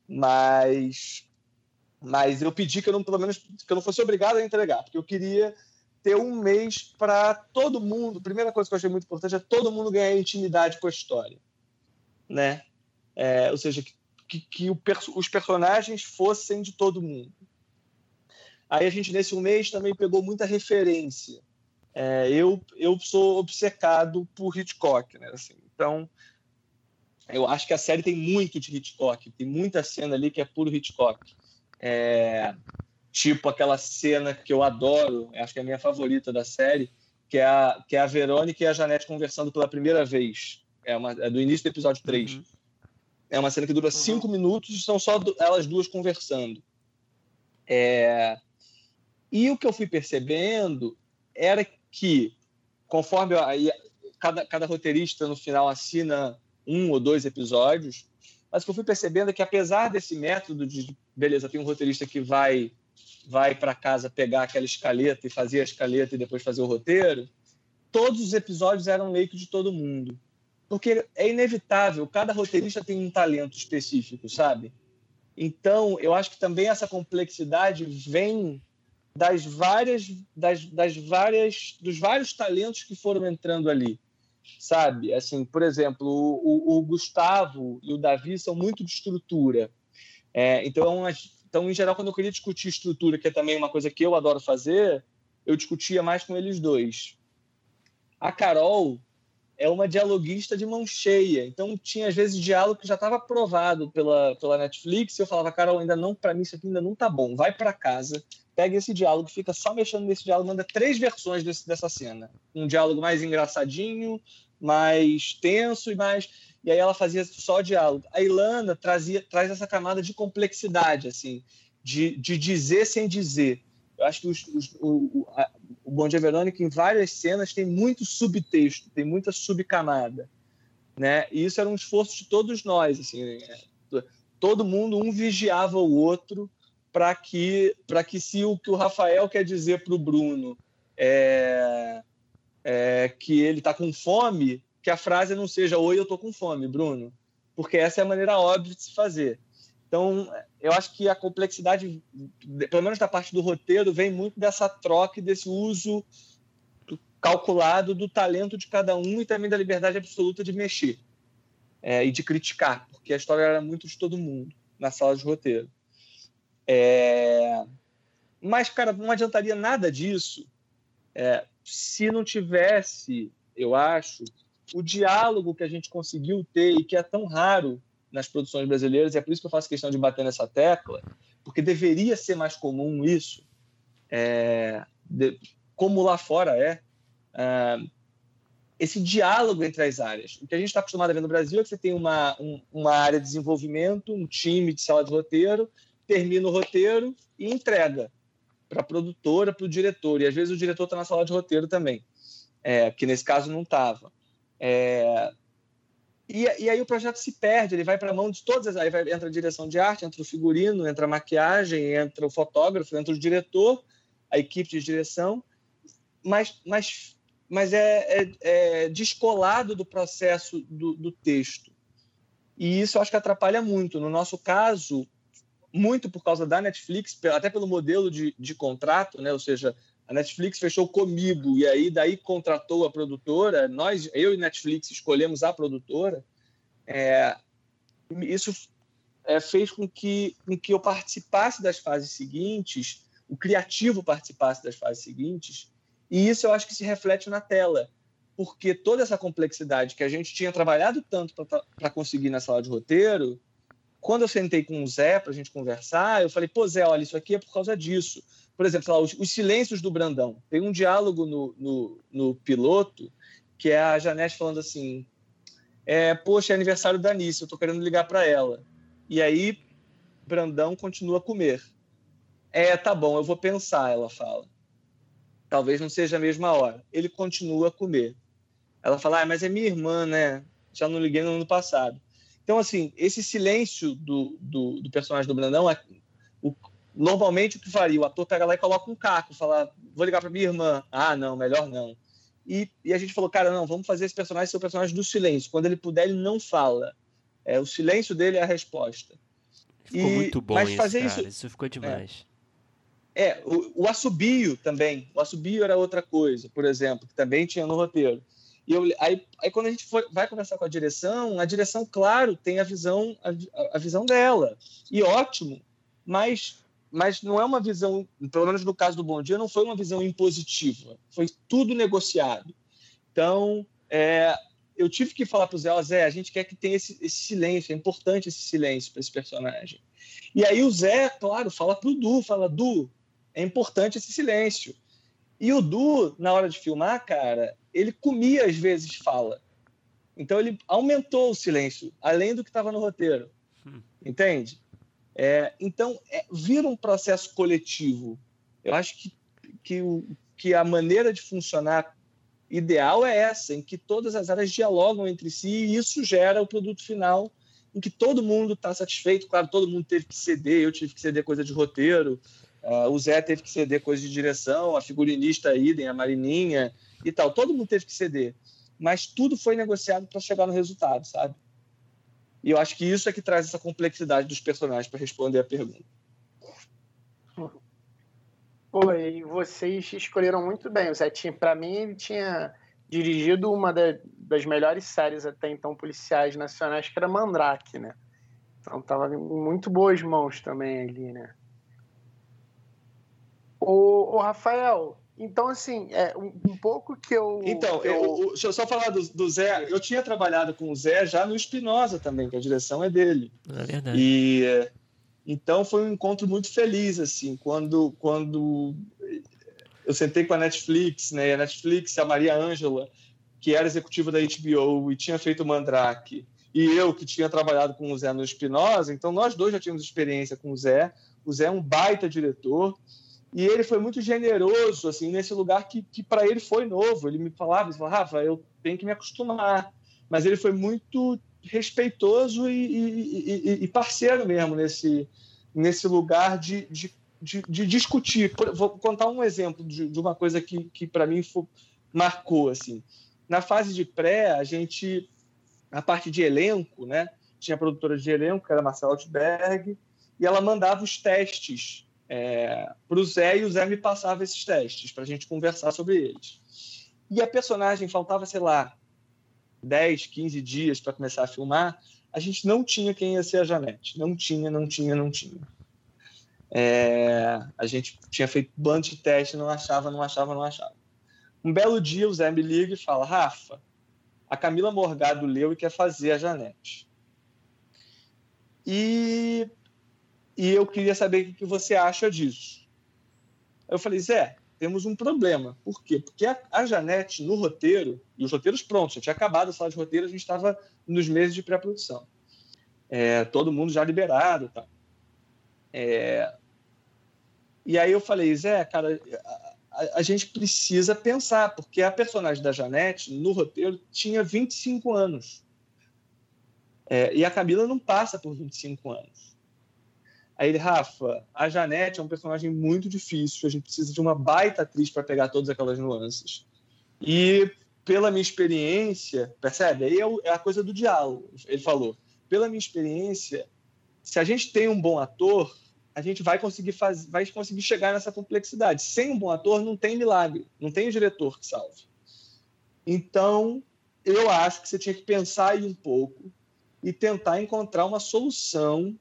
Mas, mas eu pedi que eu não, pelo menos, que eu não fosse obrigado a entregar, porque eu queria... ter um mês para todo mundo. A primeira coisa que eu achei muito importante é todo mundo ganhar intimidade com a história, né? É, ou seja, que, que, que o, os personagens fossem de todo mundo. Aí a gente, nesse um mês, também pegou muita referência. É, eu, eu sou obcecado por Hitchcock, né? Assim, então, eu acho que a série tem muito de Hitchcock. Tem muita cena ali que é puro Hitchcock. É... Tipo aquela cena que eu adoro, acho que é a minha favorita da série, que é a, que é a Verônica e a Janete conversando pela primeira vez. É, uma, é do início do episódio três. Uhum. É uma cena que dura cinco uhum. minutos e são só do, elas duas conversando. É... E o que eu fui percebendo era que, conforme eu, cada, cada roteirista no final assina um ou dois episódios, mas o que eu fui percebendo é que, apesar desse método de, beleza, tem um roteirista que vai... vai para casa pegar aquela escaleta e fazer a escaleta e depois fazer o roteiro, todos os episódios eram meio que de todo mundo. Porque é inevitável, cada roteirista tem um talento específico, sabe? Então, eu acho que também essa complexidade vem das várias, das, das várias, dos vários talentos que foram entrando ali, sabe? Assim, por exemplo, o, o, o Gustavo e o Davi são muito de estrutura. É, então, é uma Então, em geral, quando eu queria discutir estrutura, que é também uma coisa que eu adoro fazer, eu discutia mais com eles dois. A Carol é uma dialoguista de mão cheia. Então, tinha, às vezes, diálogo que já estava aprovado pela, pela Netflix, e eu falava, Carol, ainda não, para mim, isso aqui ainda não tá bom. Vai para casa, pega esse diálogo, fica só mexendo nesse diálogo, manda três versões desse, dessa cena. Um diálogo mais engraçadinho, mais tenso e mais... E aí ela fazia só diálogo. A Ilana trazia, traz essa camada de complexidade, assim, de, de dizer sem dizer. Eu acho que os, os, o, a, o Bom Dia Verônica, em várias cenas, tem muito subtexto, tem muita subcamada, né? E isso era um esforço de todos nós. Assim, né? Todo mundo, um vigiava o outro para que, para que se o que o Rafael quer dizer para o Bruno é, é que ele está com fome, que a frase não seja oi, eu tô com fome, Bruno, porque essa é a maneira óbvia de se fazer. Então, eu acho que a complexidade, pelo menos da parte do roteiro, vem muito dessa troca e desse uso calculado do talento de cada um e também da liberdade absoluta de mexer é, e de criticar, porque a história era muito de todo mundo na sala de roteiro. É... Mas, cara, não adiantaria nada disso é, se não tivesse, eu acho, o diálogo que a gente conseguiu ter e que é tão raro nas produções brasileiras, e é por isso que eu faço questão de bater nessa tecla, porque deveria ser mais comum isso, é, de, como lá fora é, é, esse diálogo entre as áreas. O que a gente está acostumado a ver no Brasil é que você tem uma, um, uma área de desenvolvimento, um time de sala de roteiro, termina o roteiro e entrega para a produtora, para o diretor, e às vezes o diretor está na sala de roteiro também, é, que nesse caso não estava. É... E, e aí o projeto se perde, ele vai para a mão de todas as... Aí vai, entra a direção de arte, entra o figurino, entra a maquiagem, entra o fotógrafo, entra o diretor, a equipe de direção, mas, mas, mas é, é, é descolado do processo do, do texto. E isso eu acho que atrapalha muito. No nosso caso, muito por causa da Netflix, até pelo modelo de, de contrato, né? Ou seja, a Netflix fechou comigo e aí daí contratou a produtora. Nós, eu e Netflix, escolhemos a produtora. É, isso é, fez com que, com que eu participasse das fases seguintes, o criativo participasse das fases seguintes, e isso eu acho que se reflete na tela, porque toda essa complexidade que a gente tinha trabalhado tanto para conseguir na sala de roteiro quando eu sentei com o Zé para a gente conversar, eu falei, pô, Zé, olha, isso aqui é por causa disso. Por exemplo, sei lá, os, os silêncios do Brandão. Tem um diálogo no, no, no piloto que é a Janete falando assim, é, poxa, é aniversário da Anice, eu tô querendo ligar para ela. E aí, Brandão continua a comer. É, tá bom, eu vou pensar, ela fala. Talvez não seja a mesma hora. Ele continua a comer. Ela fala, ah, mas é minha irmã, né? Já não liguei no ano passado. Então, assim, esse silêncio do, do, do personagem do Brandão, é, o, normalmente o que faria? O ator pega lá e coloca um caco, fala, vou ligar para minha irmã. Ah, não, melhor não. E, e a gente falou, cara, não, vamos fazer esse personagem ser o personagem do silêncio. Quando ele puder, ele não fala. É, o silêncio dele é a resposta. Ficou e, muito bom mas isso, fazer cara. Isso, isso ficou demais. É, é o, o assobio também. O assobio era outra coisa, por exemplo, que também tinha no roteiro. E eu, aí, aí quando a gente foi, vai conversar com a direção, a direção, claro, tem a visão, a, a visão dela. E ótimo, mas, mas não é uma visão, pelo menos no caso do Bom Dia, não foi uma visão impositiva. Foi tudo negociado. Então, é, eu tive que falar para o Zé, Zé, a gente quer que tenha esse, esse silêncio, é importante esse silêncio para esse personagem. E aí o Zé, claro, fala para o Du, fala, Du, é importante esse silêncio. E o Du, na hora de filmar, cara, ele comia, às vezes, fala. Então, ele aumentou o silêncio, além do que estava no roteiro. Hum. Entende? É, então, é, vira um processo coletivo. Eu acho que, que, o, que a maneira de funcionar ideal é essa, em que todas as áreas dialogam entre si e isso gera o produto final em que todo mundo está satisfeito. Claro, todo mundo teve que ceder, eu tive que ceder coisa de roteiro, uh, o Zé teve que ceder coisa de direção, a figurinista idem, a Marininha e tal. Todo mundo teve que ceder. Mas tudo foi negociado para chegar no resultado, sabe? E eu acho que isso é que traz essa complexidade dos personagens para responder a pergunta. Pô, e vocês escolheram muito bem. O Zé tinha, para mim, ele tinha dirigido uma da, das melhores séries até então policiais nacionais, que era Mandrake, né? Então tava em muito boas mãos também ali, né? O, o Rafael, então assim, é um, um pouco que eu... Então, que eu... Eu, deixa eu só falar do, do Zé. Eu tinha trabalhado com o Zé já no Espinosa também, que a direção é dele. É verdade. E... Então, foi um encontro muito feliz, assim, quando, quando eu sentei com a Netflix, né? A Netflix, a Maria Ângela, que era executiva da H B O e tinha feito o Mandrake, e eu, que tinha trabalhado com o Zé no Espinosa, então nós dois já tínhamos experiência com o Zé. O Zé é um baita diretor, e ele foi muito generoso, assim, nesse lugar que, que para ele foi novo. Ele me falava, ele falava, Rafa, eu tenho que me acostumar. Mas ele foi muito respeitoso e, e, e, e parceiro mesmo nesse, nesse lugar de, de, de, de discutir. Vou contar um exemplo de, de uma coisa que, que para mim foi, marcou. Assim. Na fase de pré, a gente, a parte de elenco, né? Tinha a produtora de elenco, que era a Marcela Altberg, e ela mandava os testes é, para o Zé, e o Zé me passava esses testes para a gente conversar sobre eles. E a personagem faltava, sei lá, dez, quinze dias para começar a filmar, a gente não tinha quem ia ser a Janete. Não tinha, não tinha, não tinha. É, a gente tinha feito um bando de teste, não achava, não achava, não achava. Um belo dia, o Zé me liga e fala, Rafa, a Camila Morgado leu e quer fazer a Janete. E, e eu queria saber o que você acha disso. Eu falei, Zé, temos um problema. Por quê? Porque a, a Janete, no roteiro, e os roteiros prontos, já tinha acabado a sala de roteiro, a gente estava nos meses de pré-produção. É, todo mundo já liberado. Tá? É, e aí eu falei, Zé, cara, a, a, a gente precisa pensar, porque a personagem da Janete, no roteiro, tinha vinte e cinco anos. É, e a Camila não passa por vinte e cinco anos. Aí ele, Rafa, a Janete é um personagem muito difícil, a gente precisa de uma baita atriz para pegar todas aquelas nuances. E, pela minha experiência, percebe? Aí é a coisa do diálogo. Ele falou, pela minha experiência, se a gente tem um bom ator, a gente vai conseguir, faz... vai conseguir chegar nessa complexidade. Sem um bom ator, não tem milagre, não tem o diretor que salve. Então, eu acho que você tinha que pensar aí um pouco e tentar encontrar uma solução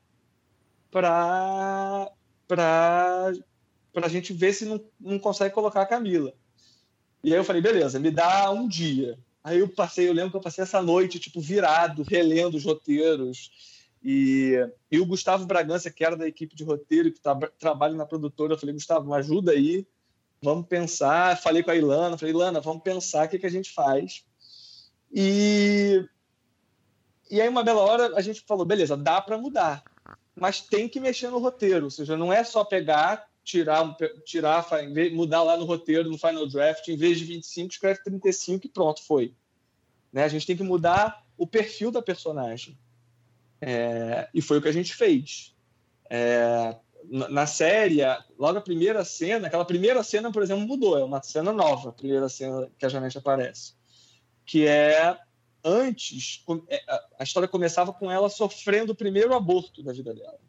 para para a gente ver se não, não consegue colocar a Camila. E aí eu falei, beleza, me dá um dia. Aí eu passei, eu lembro que eu passei essa noite, tipo, virado, relendo os roteiros. E, e o Gustavo Bragança, que era da equipe de roteiro, que tá, trabalha na produtora, eu falei, Gustavo, me ajuda aí, vamos pensar. Falei com a Ilana, falei, Ilana, vamos pensar o que, que a gente faz. E, e aí, uma bela hora, a gente falou, beleza, dá para mudar, mas tem que mexer no roteiro, ou seja, não é só pegar, tirar, tirar mudar lá no roteiro, no Final Draft, em vez de vinte e cinco, escreve trinta e cinco e pronto, foi. Né? A gente tem que mudar o perfil da personagem. É, e foi o que a gente fez. É, na série, logo a primeira cena, aquela primeira cena, por exemplo, mudou, é uma cena nova, a primeira cena que a Janete aparece, que é antes, a história começava com ela sofrendo o primeiro aborto da vida dela.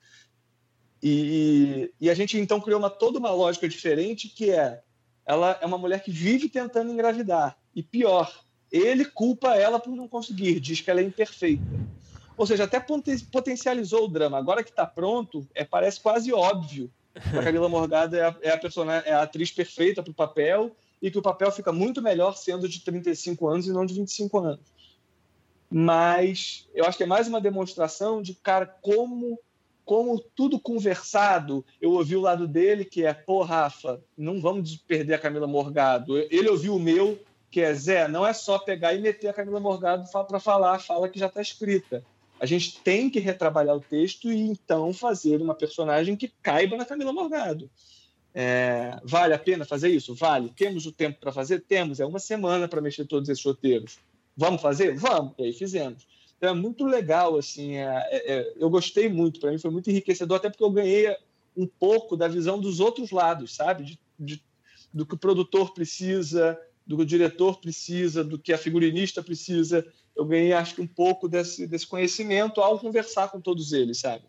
E, e a gente então criou uma, toda uma lógica diferente, que é, ela é uma mulher que vive tentando engravidar, e pior, ele culpa ela por não conseguir, diz que ela é imperfeita. Ou seja, até potencializou o drama. Agora que está pronto, é, parece quase óbvio que a Camila Morgado é a, é a, personagem, é a atriz perfeita para o papel, e que o papel fica muito melhor sendo de trinta e cinco anos e não de vinte e cinco anos. Mas eu acho que é mais uma demonstração de, cara, como, como tudo conversado. Eu ouvi o lado dele, que é, pô, Rafa, não vamos perder a Camila Morgado. Ele ouviu o meu, que é, Zé, não é só pegar e meter a Camila Morgado para falar a fala que já está escrita. A gente tem que retrabalhar o texto e, então, fazer uma personagem que caiba na Camila Morgado. É, vale a pena fazer isso? Vale. Temos o tempo para fazer? Temos. É uma semana para mexer todos esses roteiros. Vamos fazer? Vamos. E aí fizemos. Então, é muito legal. Assim, é, é, eu gostei muito. Para mim foi muito enriquecedor, até porque eu ganhei um pouco da visão dos outros lados, sabe? De, de, do que o produtor precisa, do que o diretor precisa, do que a figurinista precisa. Eu ganhei, acho que, um pouco desse, desse conhecimento ao conversar com todos eles, sabe?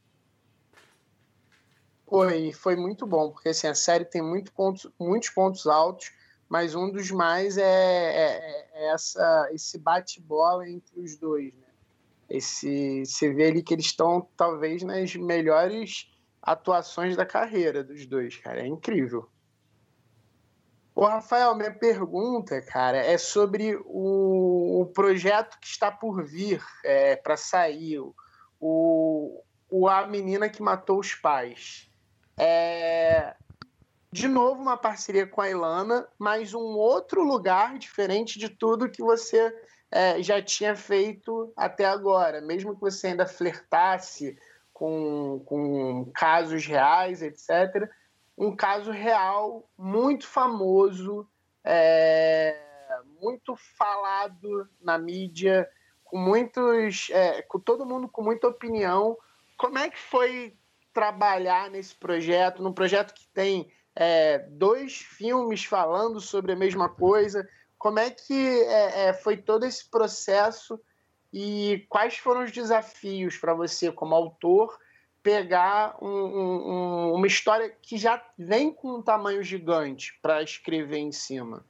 Pô, e foi muito bom, porque assim, a série tem muito pontos, muitos pontos altos, mas um dos mais é, é, é essa, esse bate-bola entre os dois, né? Esse, você vê ali que eles estão, talvez, nas melhores atuações da carreira dos dois, cara. É incrível. Ô, Rafael, minha pergunta, cara, é sobre o, o projeto que está por vir é, para sair, o, o A Menina que Matou os Pais. É, de novo, uma parceria com a Ilana, mas um outro lugar diferente de tudo que você é, já tinha feito até agora. Mesmo que você ainda flertasse com, com casos reais, etcétera, um caso real, muito famoso, é, muito falado na mídia, com muitos, é, com todo mundo com muita opinião. Como é que foi trabalhar nesse projeto, num projeto que tem é, dois filmes falando sobre a mesma coisa? Como é que é, é, foi todo esse processo e quais foram os desafios para você, como autor, pegar um, um, uma história que já vem com um tamanho gigante para escrever em cima?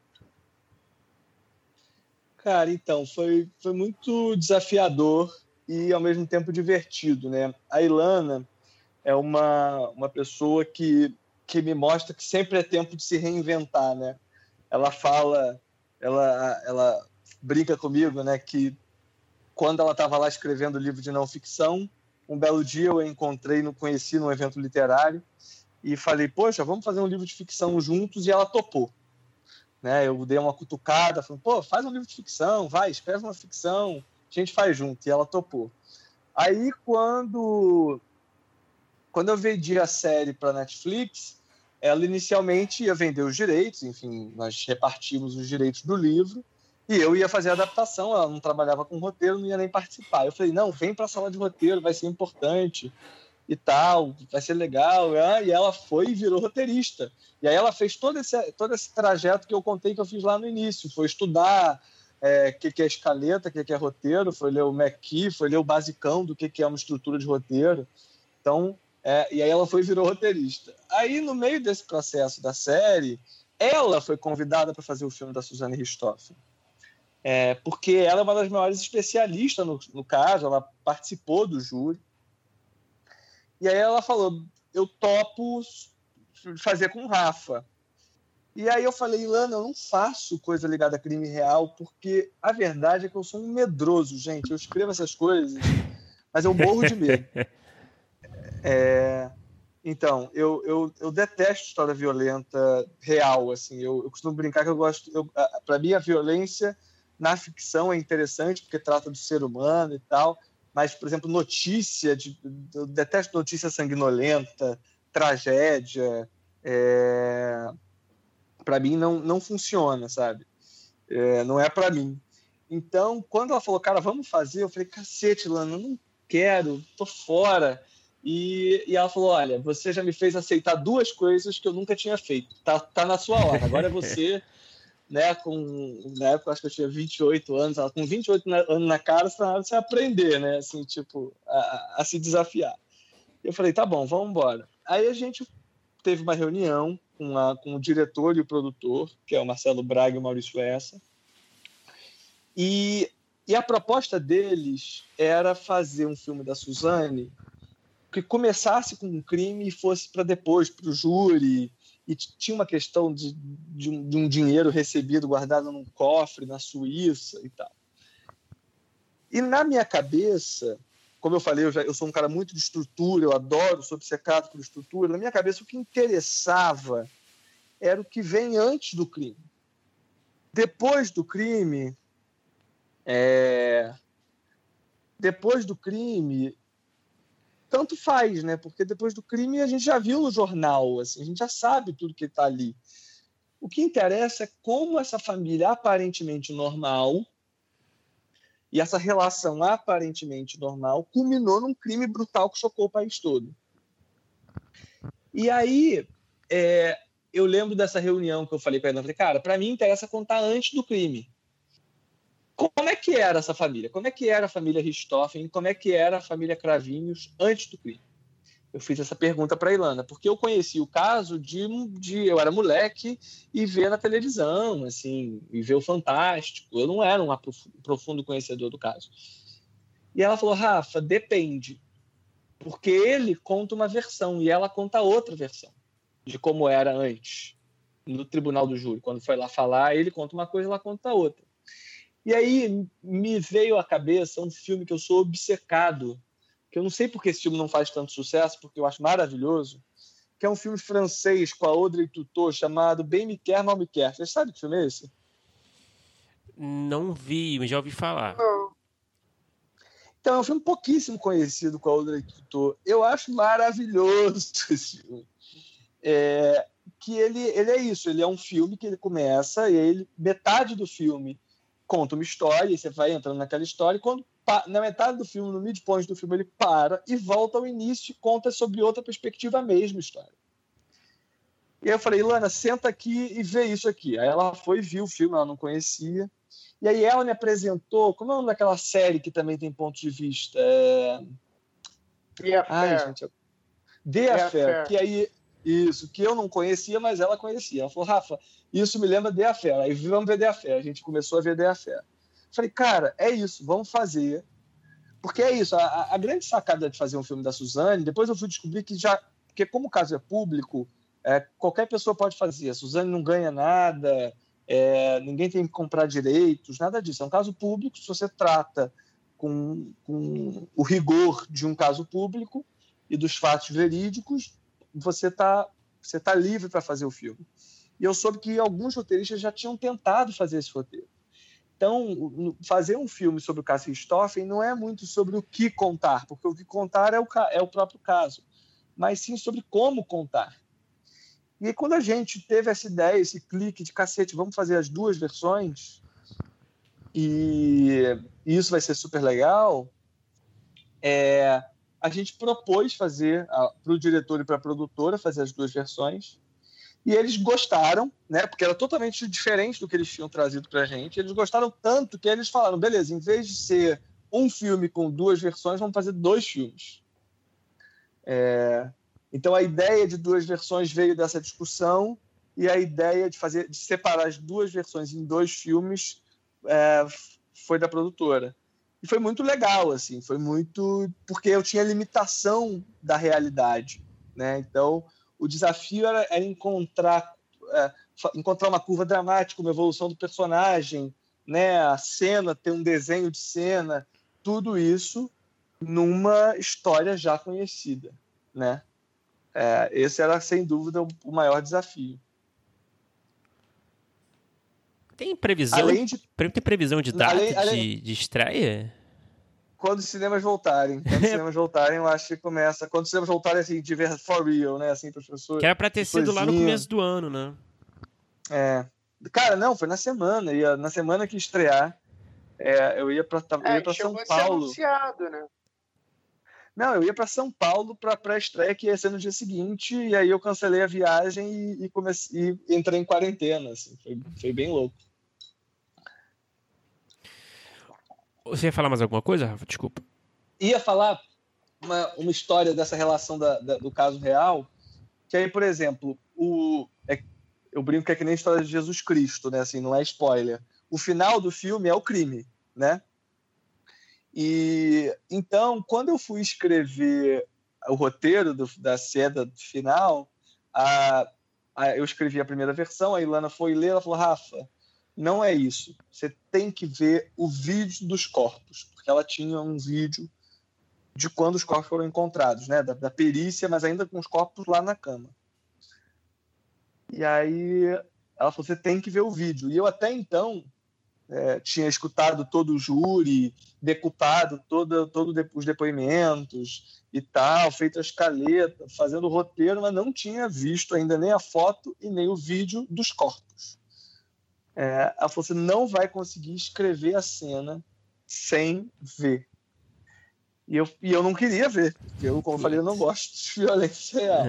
Cara, então, foi, foi muito desafiador e, ao mesmo tempo, divertido, né? A Ilana é uma, uma pessoa que, que me mostra que sempre é tempo de se reinventar, né? Ela fala, ela, ela brinca comigo, né, que quando ela estava lá escrevendo livro de não ficção, um belo dia eu a encontrei, não conheci num evento literário, e falei, poxa, vamos fazer um livro de ficção juntos, e ela topou. Né? Eu dei uma cutucada, falei, pô, faz um livro de ficção, vai, escreve uma ficção, a gente faz junto, e ela topou. Aí, quando, quando eu vendi a série para a Netflix, ela inicialmente ia vender os direitos, enfim, nós repartimos os direitos do livro, e eu ia fazer a adaptação, ela não trabalhava com roteiro, não ia nem participar. Eu falei, não, vem para a sala de roteiro, vai ser importante e tal, vai ser legal. E ela foi e virou roteirista. E aí ela fez todo esse, todo esse trajeto que eu contei que eu fiz lá no início. Foi estudar o é, que, que é escaleta, o que, que é roteiro, foi ler o McKee, foi ler o basicão do que, que é uma estrutura de roteiro. Então, é, e aí ela foi e virou roteirista. Aí, no meio desse processo da série, ela foi convidada para fazer o filme da Suzane Richthofen. É, porque ela é uma das maiores especialistas no, no caso, ela participou do júri. E aí ela falou, eu topo fazer com o Rafa. E aí eu falei, Ilana, eu não faço coisa ligada a crime real, porque a verdade é que eu sou um medroso, gente. Eu escrevo essas coisas, mas eu morro de medo. É, então, eu, eu, eu detesto história violenta real, assim. Eu, eu costumo brincar que eu gosto... Para mim, a violência na ficção é interessante, porque trata do ser humano e tal, mas, por exemplo, notícia... De, eu detesto notícia sanguinolenta, tragédia... É, para mim, não, não funciona, sabe? É, não é para mim. Então, quando ela falou, cara, vamos fazer, eu falei, cacete, Lana, eu não quero, tô fora. E, e ela falou, olha, você já me fez aceitar duas coisas que eu nunca tinha feito. Tá, tá na sua hora. Agora é você, né, com... Na época, eu acho que eu tinha vinte e oito anos. Ela com vinte e oito anos na cara, você tá na hora de você aprender, né? Assim, tipo, a, a se desafiar. Eu falei, tá bom, vamos embora. Aí a gente teve uma reunião com, a, com o diretor e o produtor, que é o Marcelo Braga e o Maurício Essa. E, e a proposta deles era fazer um filme da Suzane que começasse com um crime e fosse para depois, para o júri, e tinha uma questão de, de, um, de um dinheiro recebido guardado num cofre na Suíça e tal. E na minha cabeça, como eu falei, eu, já, eu sou um cara muito de estrutura, eu adoro, sou obcecado por estrutura, na minha cabeça o que interessava era o que vem antes do crime. Depois do crime, é... depois do crime, tanto faz, né? Porque depois do crime a gente já viu no jornal, assim, a gente já sabe tudo que está ali. O que interessa é como essa família aparentemente normal e essa relação aparentemente normal culminou num crime brutal que chocou o país todo. E aí, é, eu lembro dessa reunião que eu falei para ela, eu falei, cara, para mim interessa contar antes do crime. Como é que era essa família? Como é que era a família Richthofen? Como é que era a família Cravinhos antes do crime? Eu fiz essa pergunta para a Ilana, porque eu conheci o caso de, de... Eu era moleque e ver na televisão, assim, e ver o Fantástico. Eu não era um profundo conhecedor do caso. E ela falou, Rafa, depende. Porque ele conta uma versão e ela conta outra versão de como era antes, no tribunal do júri. Quando foi lá falar, ele conta uma coisa e ela conta outra. E aí me veio à cabeça um filme que eu sou obcecado, que eu não sei porque esse filme não faz tanto sucesso, porque eu acho maravilhoso, que é um filme francês com a Audrey Tautou chamado Bem Me Quer, Mal Me Quer. Você sabe que filme é esse? Não vi, mas já ouvi falar. Então, é um filme pouquíssimo conhecido com a Audrey Tautou. Eu acho maravilhoso esse filme. É, que ele, ele é isso, ele é um filme que ele começa e ele, metade do filme conta uma história, e você vai entrando naquela história, e quando, na metade do filme, no midpoint do filme, ele para e volta ao início e conta sobre outra perspectiva a mesma história. E aí eu falei, Ilana, senta aqui e vê isso aqui. Aí ela foi e viu o filme, ela não conhecia. E aí ela me apresentou, como é o nome daquela série que também tem pontos de vista? É... The Affair. Ai, gente, The Affair, que aí... Isso, que eu não conhecia, mas ela conhecia. Ela falou, Rafa, isso me lembra The Affair. Aí vamos ver The Affair. A gente começou a ver The Affair. Falei, cara, é isso, vamos fazer. Porque é isso, a, a grande sacada de fazer um filme da Suzane, depois eu fui descobrir que já... Porque como o caso é público, é, qualquer pessoa pode fazer. A Suzane não ganha nada, é, ninguém tem que comprar direitos, nada disso. É um caso público, se você trata com, com o rigor de um caso público e dos fatos verídicos, você está você tá livre para fazer o filme. E eu soube que alguns roteiristas já tinham tentado fazer esse roteiro. Então, fazer um filme sobre o caso Richthofen não é muito sobre o que contar, porque o que contar é o, é o próprio caso, mas sim sobre como contar. E aí, quando a gente teve essa ideia, esse clique de cacete, vamos fazer as duas versões, e, e isso vai ser super legal, é... a gente propôs fazer para o diretor e para a produtora fazer as duas versões e eles gostaram, né? Porque era totalmente diferente do que eles tinham trazido para a gente. Eles gostaram tanto que eles falaram, beleza, em vez de ser um filme com duas versões, vamos fazer dois filmes. É... Então a ideia de duas versões veio dessa discussão e a ideia de fazer, de separar as duas versões em dois filmes é, foi da produtora. E foi muito legal, assim, foi muito... Porque eu tinha limitação da realidade, né? Então, o desafio era, era encontrar, é, encontrar uma curva dramática, uma evolução do personagem, né? A cena, ter um desenho de cena, tudo isso numa história já conhecida, né? É, esse era, sem dúvida, o maior desafio. Tem previsão, além de, tem previsão de data além, de, além, de estreia? Quando os cinemas voltarem. Quando os cinemas voltarem, eu acho que começa. Quando os cinemas voltarem, assim, de ver for real, né? Assim, para as pessoas. Que era pra ter sido lá no começo do ano, né? É. Cara, não, foi na semana. Ia, na semana que estrear, é, eu ia para é, São Paulo. Anunciado, né? Não, eu ia para São Paulo para a estreia que ia ser no dia seguinte, e aí eu cancelei a viagem e, e, comecei, e entrei em quarentena. Assim, foi, foi bem louco. Você ia falar mais alguma coisa, Rafa? Desculpa. Ia falar uma, uma história dessa relação da, da, do caso real, que aí, por exemplo, o, é, eu brinco que é que nem a história de Jesus Cristo, né? Assim, não é spoiler. O final do filme é o crime, né? E então, quando eu fui escrever o roteiro do, da cena final, a, a, eu escrevi a primeira versão, a Ilana foi ler, ela falou, Rafa, não é isso. Você tem que ver o vídeo dos corpos, porque ela tinha um vídeo de quando os corpos foram encontrados, né? Da, da perícia, mas ainda com os corpos lá na cama. E aí ela falou, você tem que ver o vídeo. E eu até então é, tinha escutado todo o júri, decupado todo, todo os depoimentos e tal, feito a escaleta, fazendo o roteiro, mas não tinha visto ainda nem a foto e nem o vídeo dos corpos. É, ela falou, você não vai conseguir escrever a cena sem ver. E eu, e eu não queria ver, porque eu, como eu falei, eu não gosto de violência real.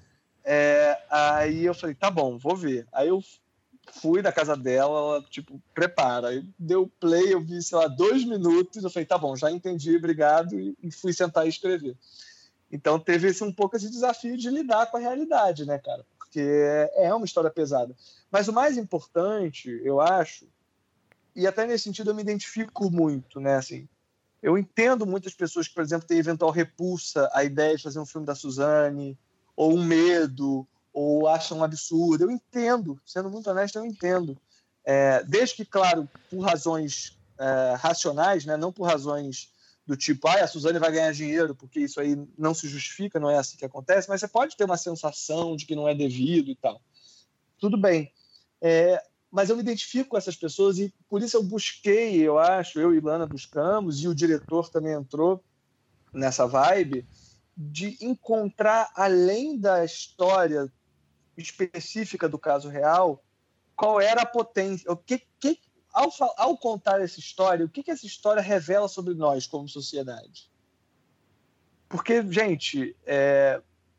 É, aí eu falei, tá bom, vou ver. Aí eu fui na casa dela, ela, tipo, prepara. Aí deu play, eu vi, sei lá, dois minutos, eu falei, tá bom, já entendi, obrigado, e, e fui sentar e escrever. Então teve esse, um pouco esse desafio de lidar com a realidade, né, cara? Porque é, é uma história pesada. Mas o mais importante, eu acho, e até nesse sentido eu me identifico muito, né, assim, eu entendo muitas pessoas que, por exemplo, têm eventual repulsa à ideia de fazer um filme da Suzane, ou um medo, ou acham um absurdo. Eu entendo, sendo muito honesto, eu entendo. É, desde que, claro, por razões é, racionais, né, não por razões do tipo, ah, a Suzane vai ganhar dinheiro, porque isso aí não se justifica, não é assim que acontece, mas você pode ter uma sensação de que não é devido e tal. Tudo bem. É, mas eu me identifico com essas pessoas e por isso eu busquei, eu acho, eu e Ilana buscamos, e o diretor também entrou nessa vibe, de encontrar, além da história específica do caso real, qual era a potência, o que, que ao, ao contar essa história, o que, que essa história revela sobre nós como sociedade. Porque, gente, é,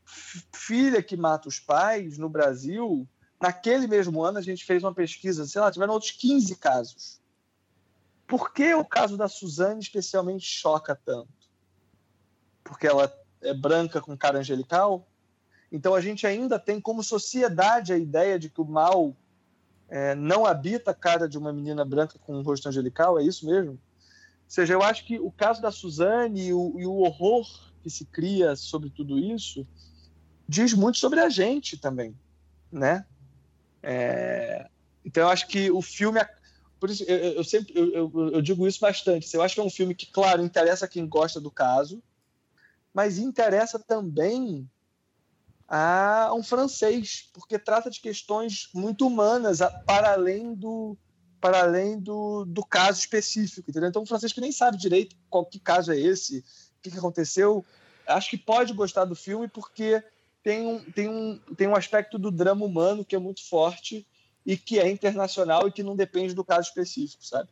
filha que mata os pais no Brasil, naquele mesmo ano a gente fez uma pesquisa, sei lá, tiveram outros quinze casos. Por que o caso da Suzane especialmente choca tanto? Porque ela é branca com cara angelical? Então a gente ainda tem como sociedade a ideia de que o mal é, não habita a cara de uma menina branca com um rosto angelical, é isso mesmo? Ou seja, eu acho que o caso da Suzane e o, e o horror que se cria sobre tudo isso diz muito sobre a gente também, né? É, então eu acho que o filme, por isso eu, eu sempre eu, eu, eu digo isso bastante, eu acho que é um filme que, claro, interessa a quem gosta do caso, mas interessa também a um francês, porque trata de questões muito humanas para além do, para além do, do caso específico, entendeu? Então um francês que nem sabe direito qual que caso é esse, o que, que aconteceu, acho que pode gostar do filme porque tem um, tem, um, tem um aspecto do drama humano que é muito forte e que é internacional e que não depende do caso específico, sabe?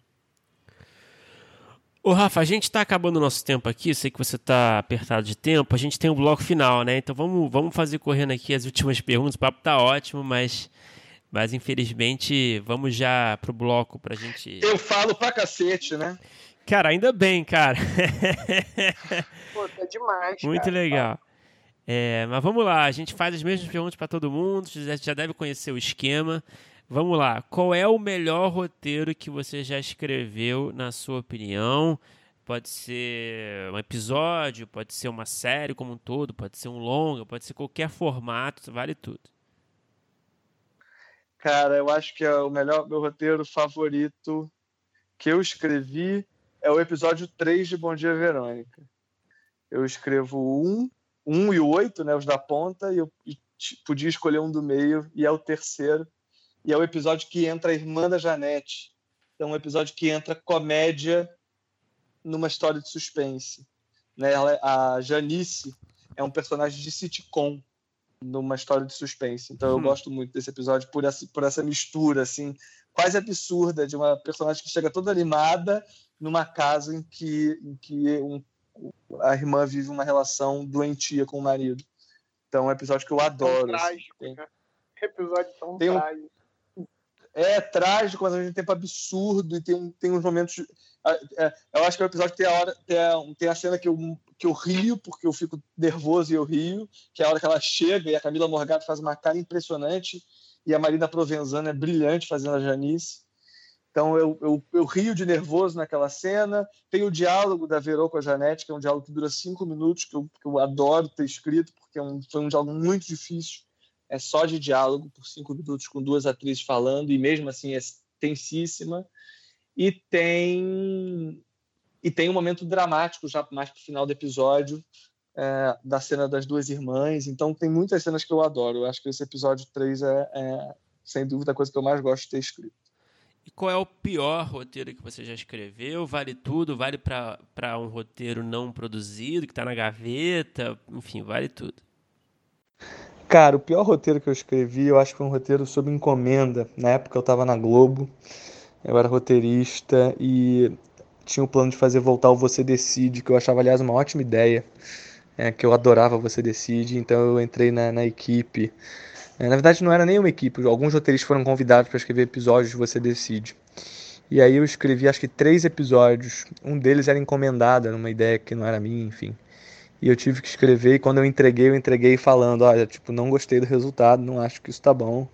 Ô, Rafa, a gente tá acabando o nosso tempo aqui, sei que você tá apertado de tempo, a gente tem o bloco final, né? Então vamos, vamos fazer correndo aqui as últimas perguntas, o papo tá ótimo, mas, mas infelizmente vamos já pro bloco pra gente... Eu falo pra cacete, né? Cara, ainda bem, cara. Pô, tá demais, Muito cara. legal. É, mas vamos lá, a gente faz as mesmas perguntas pra todo mundo, já, já deve conhecer o esquema. Vamos lá, qual é o melhor roteiro que você já escreveu, na sua opinião? Pode ser um episódio, pode ser uma série como um todo, pode ser um longa, pode ser qualquer formato, vale tudo. Cara, eu acho que é o melhor, meu roteiro favorito que eu escrevi é o episódio três de Bom Dia, Verônica. Eu escrevo um, um e o oito, né, os da ponta, e eu e podia escolher um do meio, e é o terceiro. E é o episódio que entra a irmã da Janete. É um episódio que entra comédia numa história de suspense. Né? Ela, a Janice é um personagem de sitcom numa história de suspense. Então eu hum. gosto muito desse episódio por essa, por essa mistura assim, quase absurda de uma personagem que chega toda animada numa casa em que, em que um, a irmã vive uma relação doentia com o marido. Então é um episódio que eu adoro. Tão trágico, assim. né? Episódio tão tem um, trágico. É trágico, mas ao mesmo tempo absurdo, e tem, tem uns momentos... É, eu acho que é o episódio que tem a, hora, tem a, tem a cena que eu, que eu rio, porque eu fico nervoso e eu rio, que é a hora que ela chega e a Camila Morgado faz uma cara impressionante, e a Marina Provenzano é brilhante fazendo a Janice. Então eu, eu, eu rio de nervoso naquela cena. Tem o diálogo da Verô com a Janete, que é um diálogo que dura cinco minutos, que eu, que eu adoro ter escrito, porque é um, foi um diálogo muito difícil. É só de diálogo por cinco minutos com duas atrizes falando, e mesmo assim é tensíssima. E tem, e tem um momento dramático já mais para o final do episódio, é, da cena das duas irmãs. Então tem muitas cenas que eu adoro. Eu acho que esse episódio três é, é sem dúvida, a coisa que eu mais gosto de ter escrito. E qual é o pior roteiro que você já escreveu? Vale tudo? Vale para um roteiro não produzido, que está na gaveta? Enfim, vale tudo. Cara, o pior roteiro que eu escrevi, eu acho que foi um roteiro sob encomenda. Na época eu estava na Globo, eu era roteirista e tinha o plano de fazer voltar o Você Decide, que eu achava, aliás, uma ótima ideia, é, que eu adorava Você Decide, então eu entrei na, na equipe. É, na verdade não era nem uma equipe, alguns roteiristas foram convidados para escrever episódios de Você Decide. E aí eu escrevi acho que três episódios, um deles era encomendado, era uma ideia que não era minha, enfim. E eu tive que escrever, e quando eu entreguei, eu entreguei falando, olha, tipo, não gostei do resultado, não acho que isso tá bom,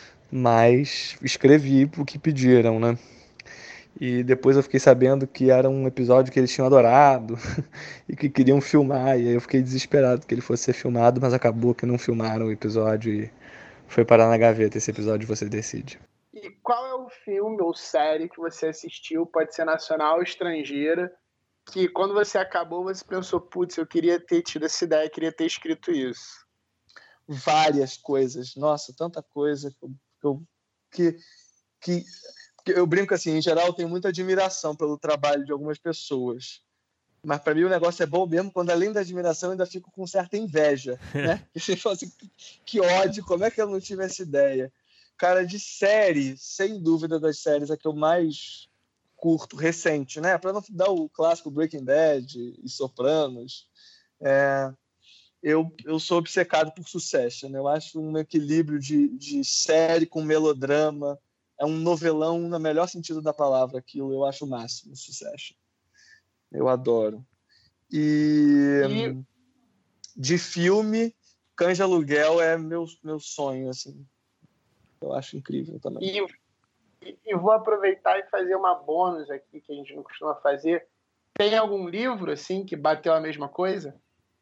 mas escrevi o que pediram, né? E depois eu fiquei sabendo que era um episódio que eles tinham adorado e que queriam filmar, e aí eu fiquei desesperado que ele fosse ser filmado, mas acabou que não filmaram o episódio e foi parar na gaveta esse episódio Você Decide. E qual é o filme ou série que você assistiu, pode ser nacional ou estrangeira, que quando você acabou, você pensou, putz, eu queria ter tido essa ideia, queria ter escrito isso? Várias coisas. Nossa, tanta coisa que, eu, que, que, que eu brinco assim, em geral eu tenho muita admiração pelo trabalho de algumas pessoas. Mas para mim o negócio é bom mesmo quando, além da admiração, eu ainda fico com certa inveja, né? E você fala assim, que ódio, como é que eu não tive essa ideia? Cara, de série, sem dúvida das séries, a que eu mais curto, recente, né? Para não dar o clássico Breaking Bad e Sopranos, é, eu, eu sou obcecado por Succession, né? Eu acho um equilíbrio de, de série com melodrama, é um novelão no melhor sentido da palavra, aquilo eu acho o máximo, Succession. Eu adoro. E, e... de filme, Cães de Aluguel é meu, meu sonho, assim. Eu acho incrível também. E E vou aproveitar e fazer uma bônus aqui, que a gente não costuma fazer. Tem algum livro, assim, que bateu a mesma coisa?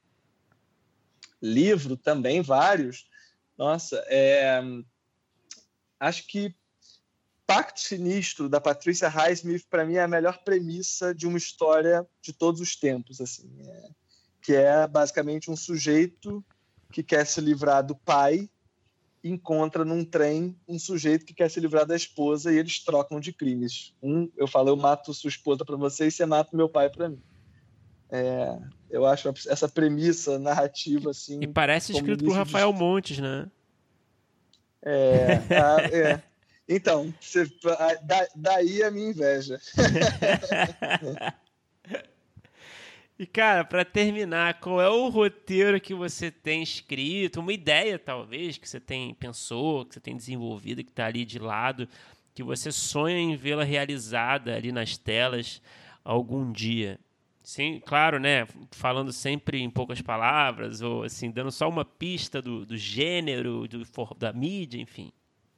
Livro também, vários. Nossa, é... acho que Pacto Sinistro, da Patricia Highsmith, para mim é a melhor premissa de uma história de todos os tempos, assim. É... que é basicamente um sujeito que quer se livrar do pai, encontra num trem um sujeito que quer se livrar da esposa, e eles trocam de crimes. Um, eu falo, eu mato sua esposa para você e você mata meu pai para mim. É, eu acho essa premissa narrativa assim. E parece escrito por Rafael de... Montes, né? É, a, é. Então, você, a, da, daí a minha inveja. E, cara, para terminar, qual é o roteiro que você tem escrito, uma ideia, talvez, que você tem pensou, que você tem desenvolvido, que está ali de lado, que você sonha em vê-la realizada ali nas telas algum dia? Sim, claro, né? Falando sempre em poucas palavras, ou assim, dando só uma pista do, do gênero, do, da mídia, enfim.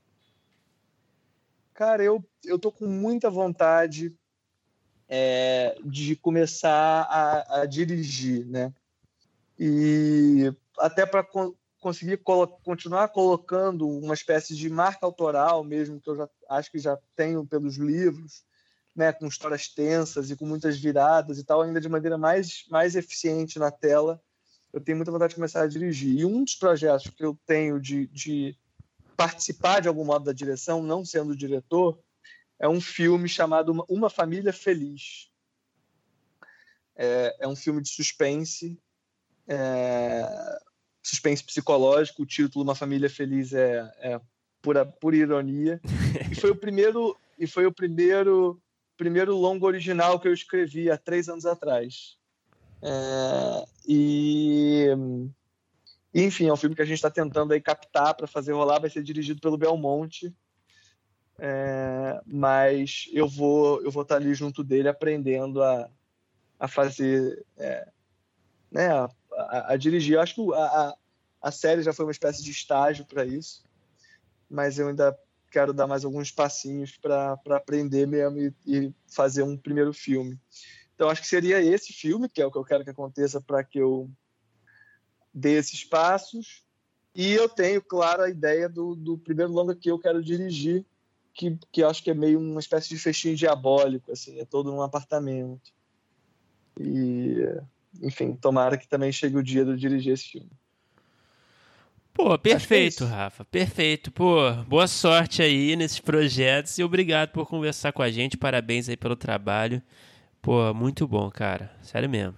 Cara, eu, eu tô com muita vontade... É, de começar a, a dirigir, né? E até para co- conseguir colo- continuar colocando uma espécie de marca autoral mesmo, que eu já acho que já tenho pelos livros, né, com histórias tensas e com muitas viradas e tal, ainda de maneira mais, mais eficiente na tela. Eu tenho muita vontade de começar a dirigir. E um dos projetos que eu tenho de, de participar de algum modo da direção, não sendo diretor, é um filme chamado Uma, Uma Família Feliz. É, é um filme de suspense, é, suspense psicológico. O título Uma Família Feliz é, é pura, pura ironia. E foi o primeiro, e foi o primeiro, primeiro longo original que eu escrevi há três anos atrás. É, e, enfim, é um filme que a gente está tentando aí captar para fazer rolar. Vai ser dirigido pelo Belmonte. É, mas eu vou eu vou estar ali junto dele aprendendo a, a fazer é, né, a, a, a dirigir. Eu acho que a, a, a série já foi uma espécie de estágio para isso, mas eu ainda quero dar mais alguns passinhos para aprender mesmo e, e fazer um primeiro filme. Então acho que seria esse filme, que é o que eu quero que aconteça para que eu dê esses passos. E eu tenho, claro, a ideia do, do primeiro longa que eu quero dirigir, que, que eu acho que é meio uma espécie de festim diabólico, assim, é todo num apartamento. E, enfim, tomara que também chegue o dia de eu dirigir esse filme. Pô, perfeito, é Rafa, perfeito. Pô, boa sorte aí nesses projetos e obrigado por conversar com a gente, parabéns aí pelo trabalho. Pô, muito bom, cara, sério mesmo.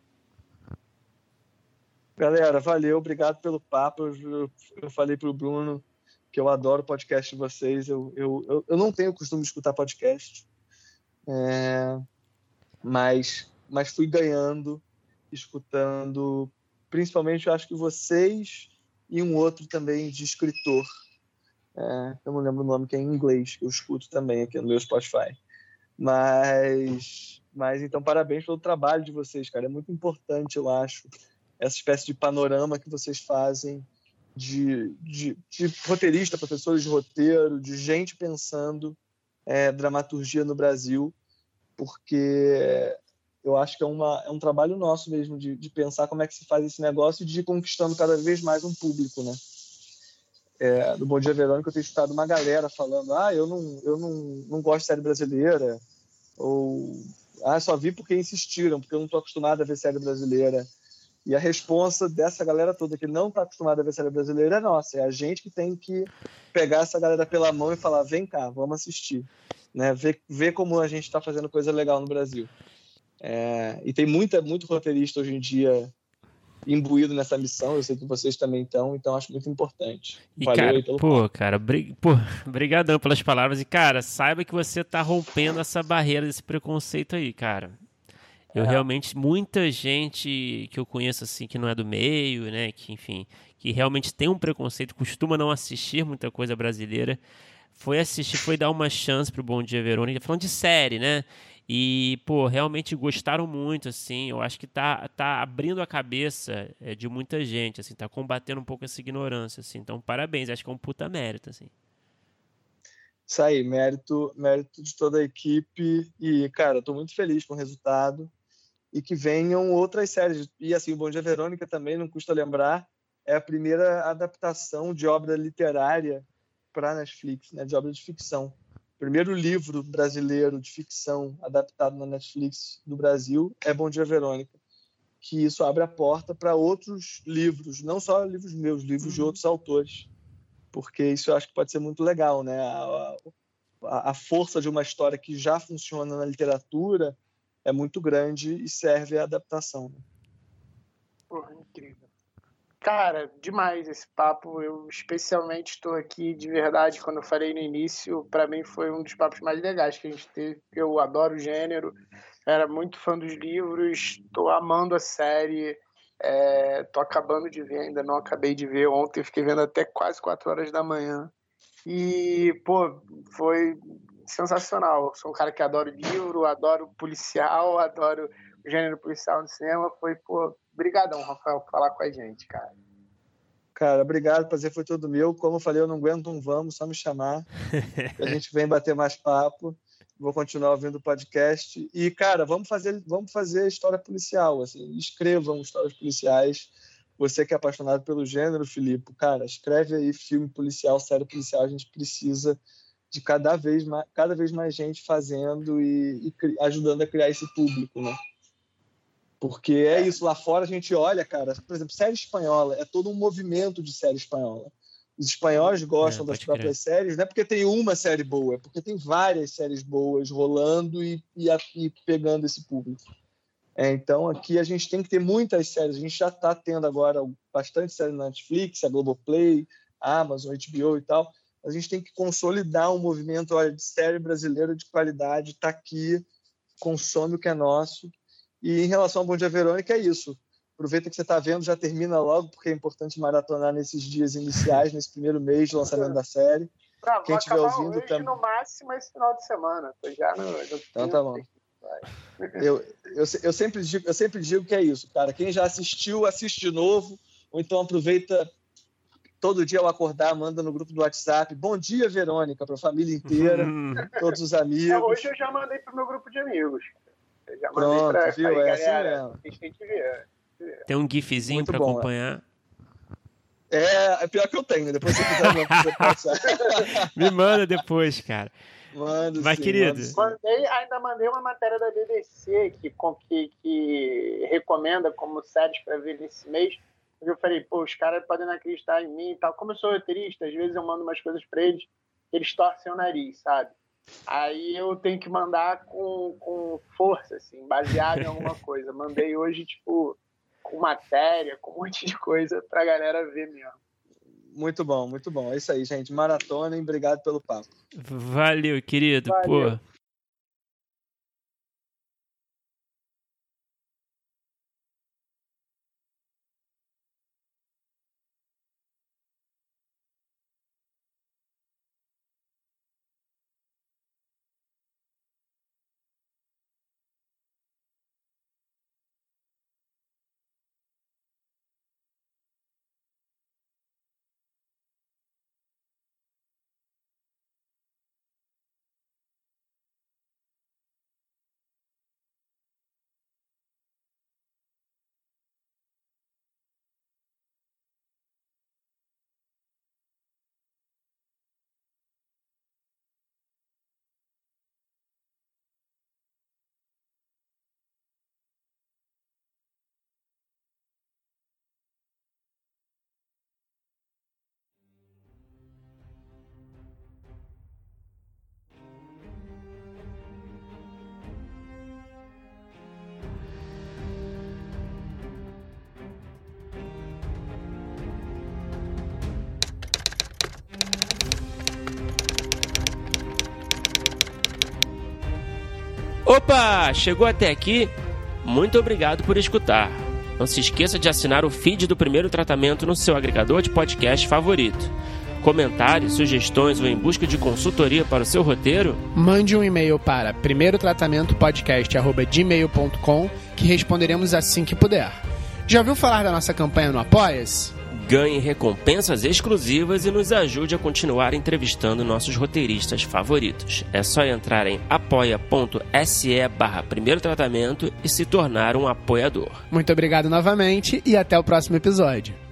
Galera, valeu, obrigado pelo papo. Eu, eu falei pro Bruno que eu adoro o podcast de vocês. Eu, eu, eu, eu não tenho o costume de escutar podcast, é, mas, mas fui ganhando, escutando, principalmente eu acho que vocês e um outro também de escritor. É, eu não lembro o nome, que é em inglês, que eu escuto também aqui no meu Spotify. Mas, mas então, parabéns pelo trabalho de vocês, cara. É muito importante, eu acho, essa espécie de panorama que vocês fazem de, de, de roteirista, professores de roteiro, de gente pensando é, dramaturgia no Brasil, porque eu acho que é, uma, é um trabalho nosso mesmo de, de pensar como é que se faz esse negócio e de ir conquistando cada vez mais um público, né? É, no Bom Dia Verônica eu tenho escutado uma galera falando ah, eu não, eu não, não gosto de série brasileira, ou ah, só vi porque insistiram, porque eu não estou acostumado a ver série brasileira. E a resposta dessa galera toda que não está acostumada a ver série brasileira é nossa. É a gente que tem que pegar essa galera pela mão e falar, vem cá, vamos assistir. Né? Ver, ver como a gente está fazendo coisa legal no Brasil. É, e tem muita, muito roteirista hoje em dia imbuído nessa missão. Eu sei que vocês também estão, então acho muito importante. E, Valeu cara, aí pelo pô, papo. cara, bri... pô, brigadão pelas palavras. E, cara, saiba que você tá rompendo essa barreira desse preconceito aí, cara. Eu é. realmente, muita gente que eu conheço, assim, que não é do meio, né, que, enfim, que realmente tem um preconceito, costuma não assistir muita coisa brasileira, foi assistir, foi dar uma chance pro Bom Dia Verônica, falando de série, né, e, pô, realmente gostaram muito, assim, eu acho que tá, tá abrindo a cabeça é, de muita gente, assim, tá combatendo um pouco essa ignorância, assim, então, parabéns, acho que é um puta mérito, assim. Isso aí, mérito, mérito de toda a equipe e, cara, tô muito feliz com o resultado. E que venham outras séries. E assim, o Bom Dia Verônica também, não custa lembrar, é a primeira adaptação de obra literária para a Netflix, né, de obra de ficção. O primeiro livro brasileiro de ficção adaptado na Netflix do Brasil é Bom Dia Verônica, que isso abre a porta para outros livros, não só livros meus, livros de outros autores, porque isso eu acho que pode ser muito legal, né? A, a, a força de uma história que já funciona na literatura é muito grande e serve à adaptação. Porra, incrível. Cara, demais esse papo. Eu especialmente estou aqui, de verdade, quando eu falei no início, para mim foi um dos papos mais legais que a gente teve. Eu adoro o gênero, era muito fã dos livros, estou amando a série, estou é, acabando de ver, ainda não acabei de ver. Ontem eu fiquei vendo até quase quatro horas da manhã. E, pô, foi sensacional. Sou um cara que adora livro, adoro policial, adoro o gênero policial no cinema. Foi, pô, brigadão, Rafael, por falar com a gente, cara. Cara, obrigado, o prazer foi todo meu. Como eu falei, eu não aguento um vamos, só me chamar. A gente vem bater mais papo. Vou continuar ouvindo o podcast. E, cara, vamos fazer, vamos fazer história policial, assim. Escrevam histórias policiais. Você que é apaixonado pelo gênero, Filipe, cara, escreve aí filme policial, série policial. A gente precisa de cada vez mais, cada vez mais gente fazendo e, e ajudando a criar esse público, né? Porque é isso, lá fora a gente olha, cara, por exemplo, série espanhola, é todo um movimento de série espanhola. Os espanhóis gostam é, das próprias crer. séries, não é porque tem uma série boa, é porque tem várias séries boas rolando e, e, e pegando esse público. É, então, aqui a gente tem que ter muitas séries. A gente já está tendo agora bastante série na Netflix, a Globoplay, a Amazon, H B O e tal. A gente tem que consolidar um movimento olha, de série brasileira de qualidade, está aqui, consome o que é nosso. E em relação ao Bom Dia Verônica, é isso. Aproveita que você está vendo, já termina logo, porque é importante maratonar nesses dias iniciais, nesse primeiro mês de lançamento da série. Não, Quem estiver ouvindo também. No máximo esse final de semana. Tô já no, no então tá bom. Eu, eu, eu, sempre digo, eu sempre digo que é isso, cara. Quem já assistiu, assiste de novo, ou então aproveita todo dia ao acordar, manda no grupo do WhatsApp. Bom dia, Verônica, para a família inteira, todos os amigos. É, hoje eu já mandei pro meu grupo de amigos. Eu já mandei Pronto, pra, viu? Aí, é galera, assim mesmo. Vocês têm que ver. Tem um gifzinho para acompanhar. É, é pior que eu tenho, depois você quiser você passar. Me manda depois, cara. Mando, Mas, sim, querido. mando, mandei, ainda mandei uma matéria da B B C que, que, que recomenda como séries para ver nesse mês. Eu falei, pô, os caras podem não acreditar em mim e tal. Como eu sou roteirista, às vezes eu mando umas coisas para eles, eles torcem o nariz, sabe? Aí eu tenho que mandar com, com força, assim, baseado em alguma coisa. Mandei hoje, tipo, com matéria, com um monte de coisa pra galera ver mesmo. Muito bom, muito bom. É isso aí, gente. Maratona e obrigado pelo papo. Valeu, querido. Valeu. Pô. Opa! Chegou até aqui? Muito obrigado por escutar. Não se esqueça de assinar o feed do Primeiro Tratamento no seu agregador de podcast favorito. Comentários, sugestões ou em busca de consultoria para o seu roteiro? Mande um e-mail para primeiro tratamento podcast arroba gmail ponto com que responderemos assim que puder. Já ouviu falar da nossa campanha no Apoia-se? Ganhe recompensas exclusivas e nos ajude a continuar entrevistando nossos roteiristas favoritos. É só entrar em apoia.se barra primeiro tratamento e se tornar um apoiador. Muito obrigado novamente e até o próximo episódio.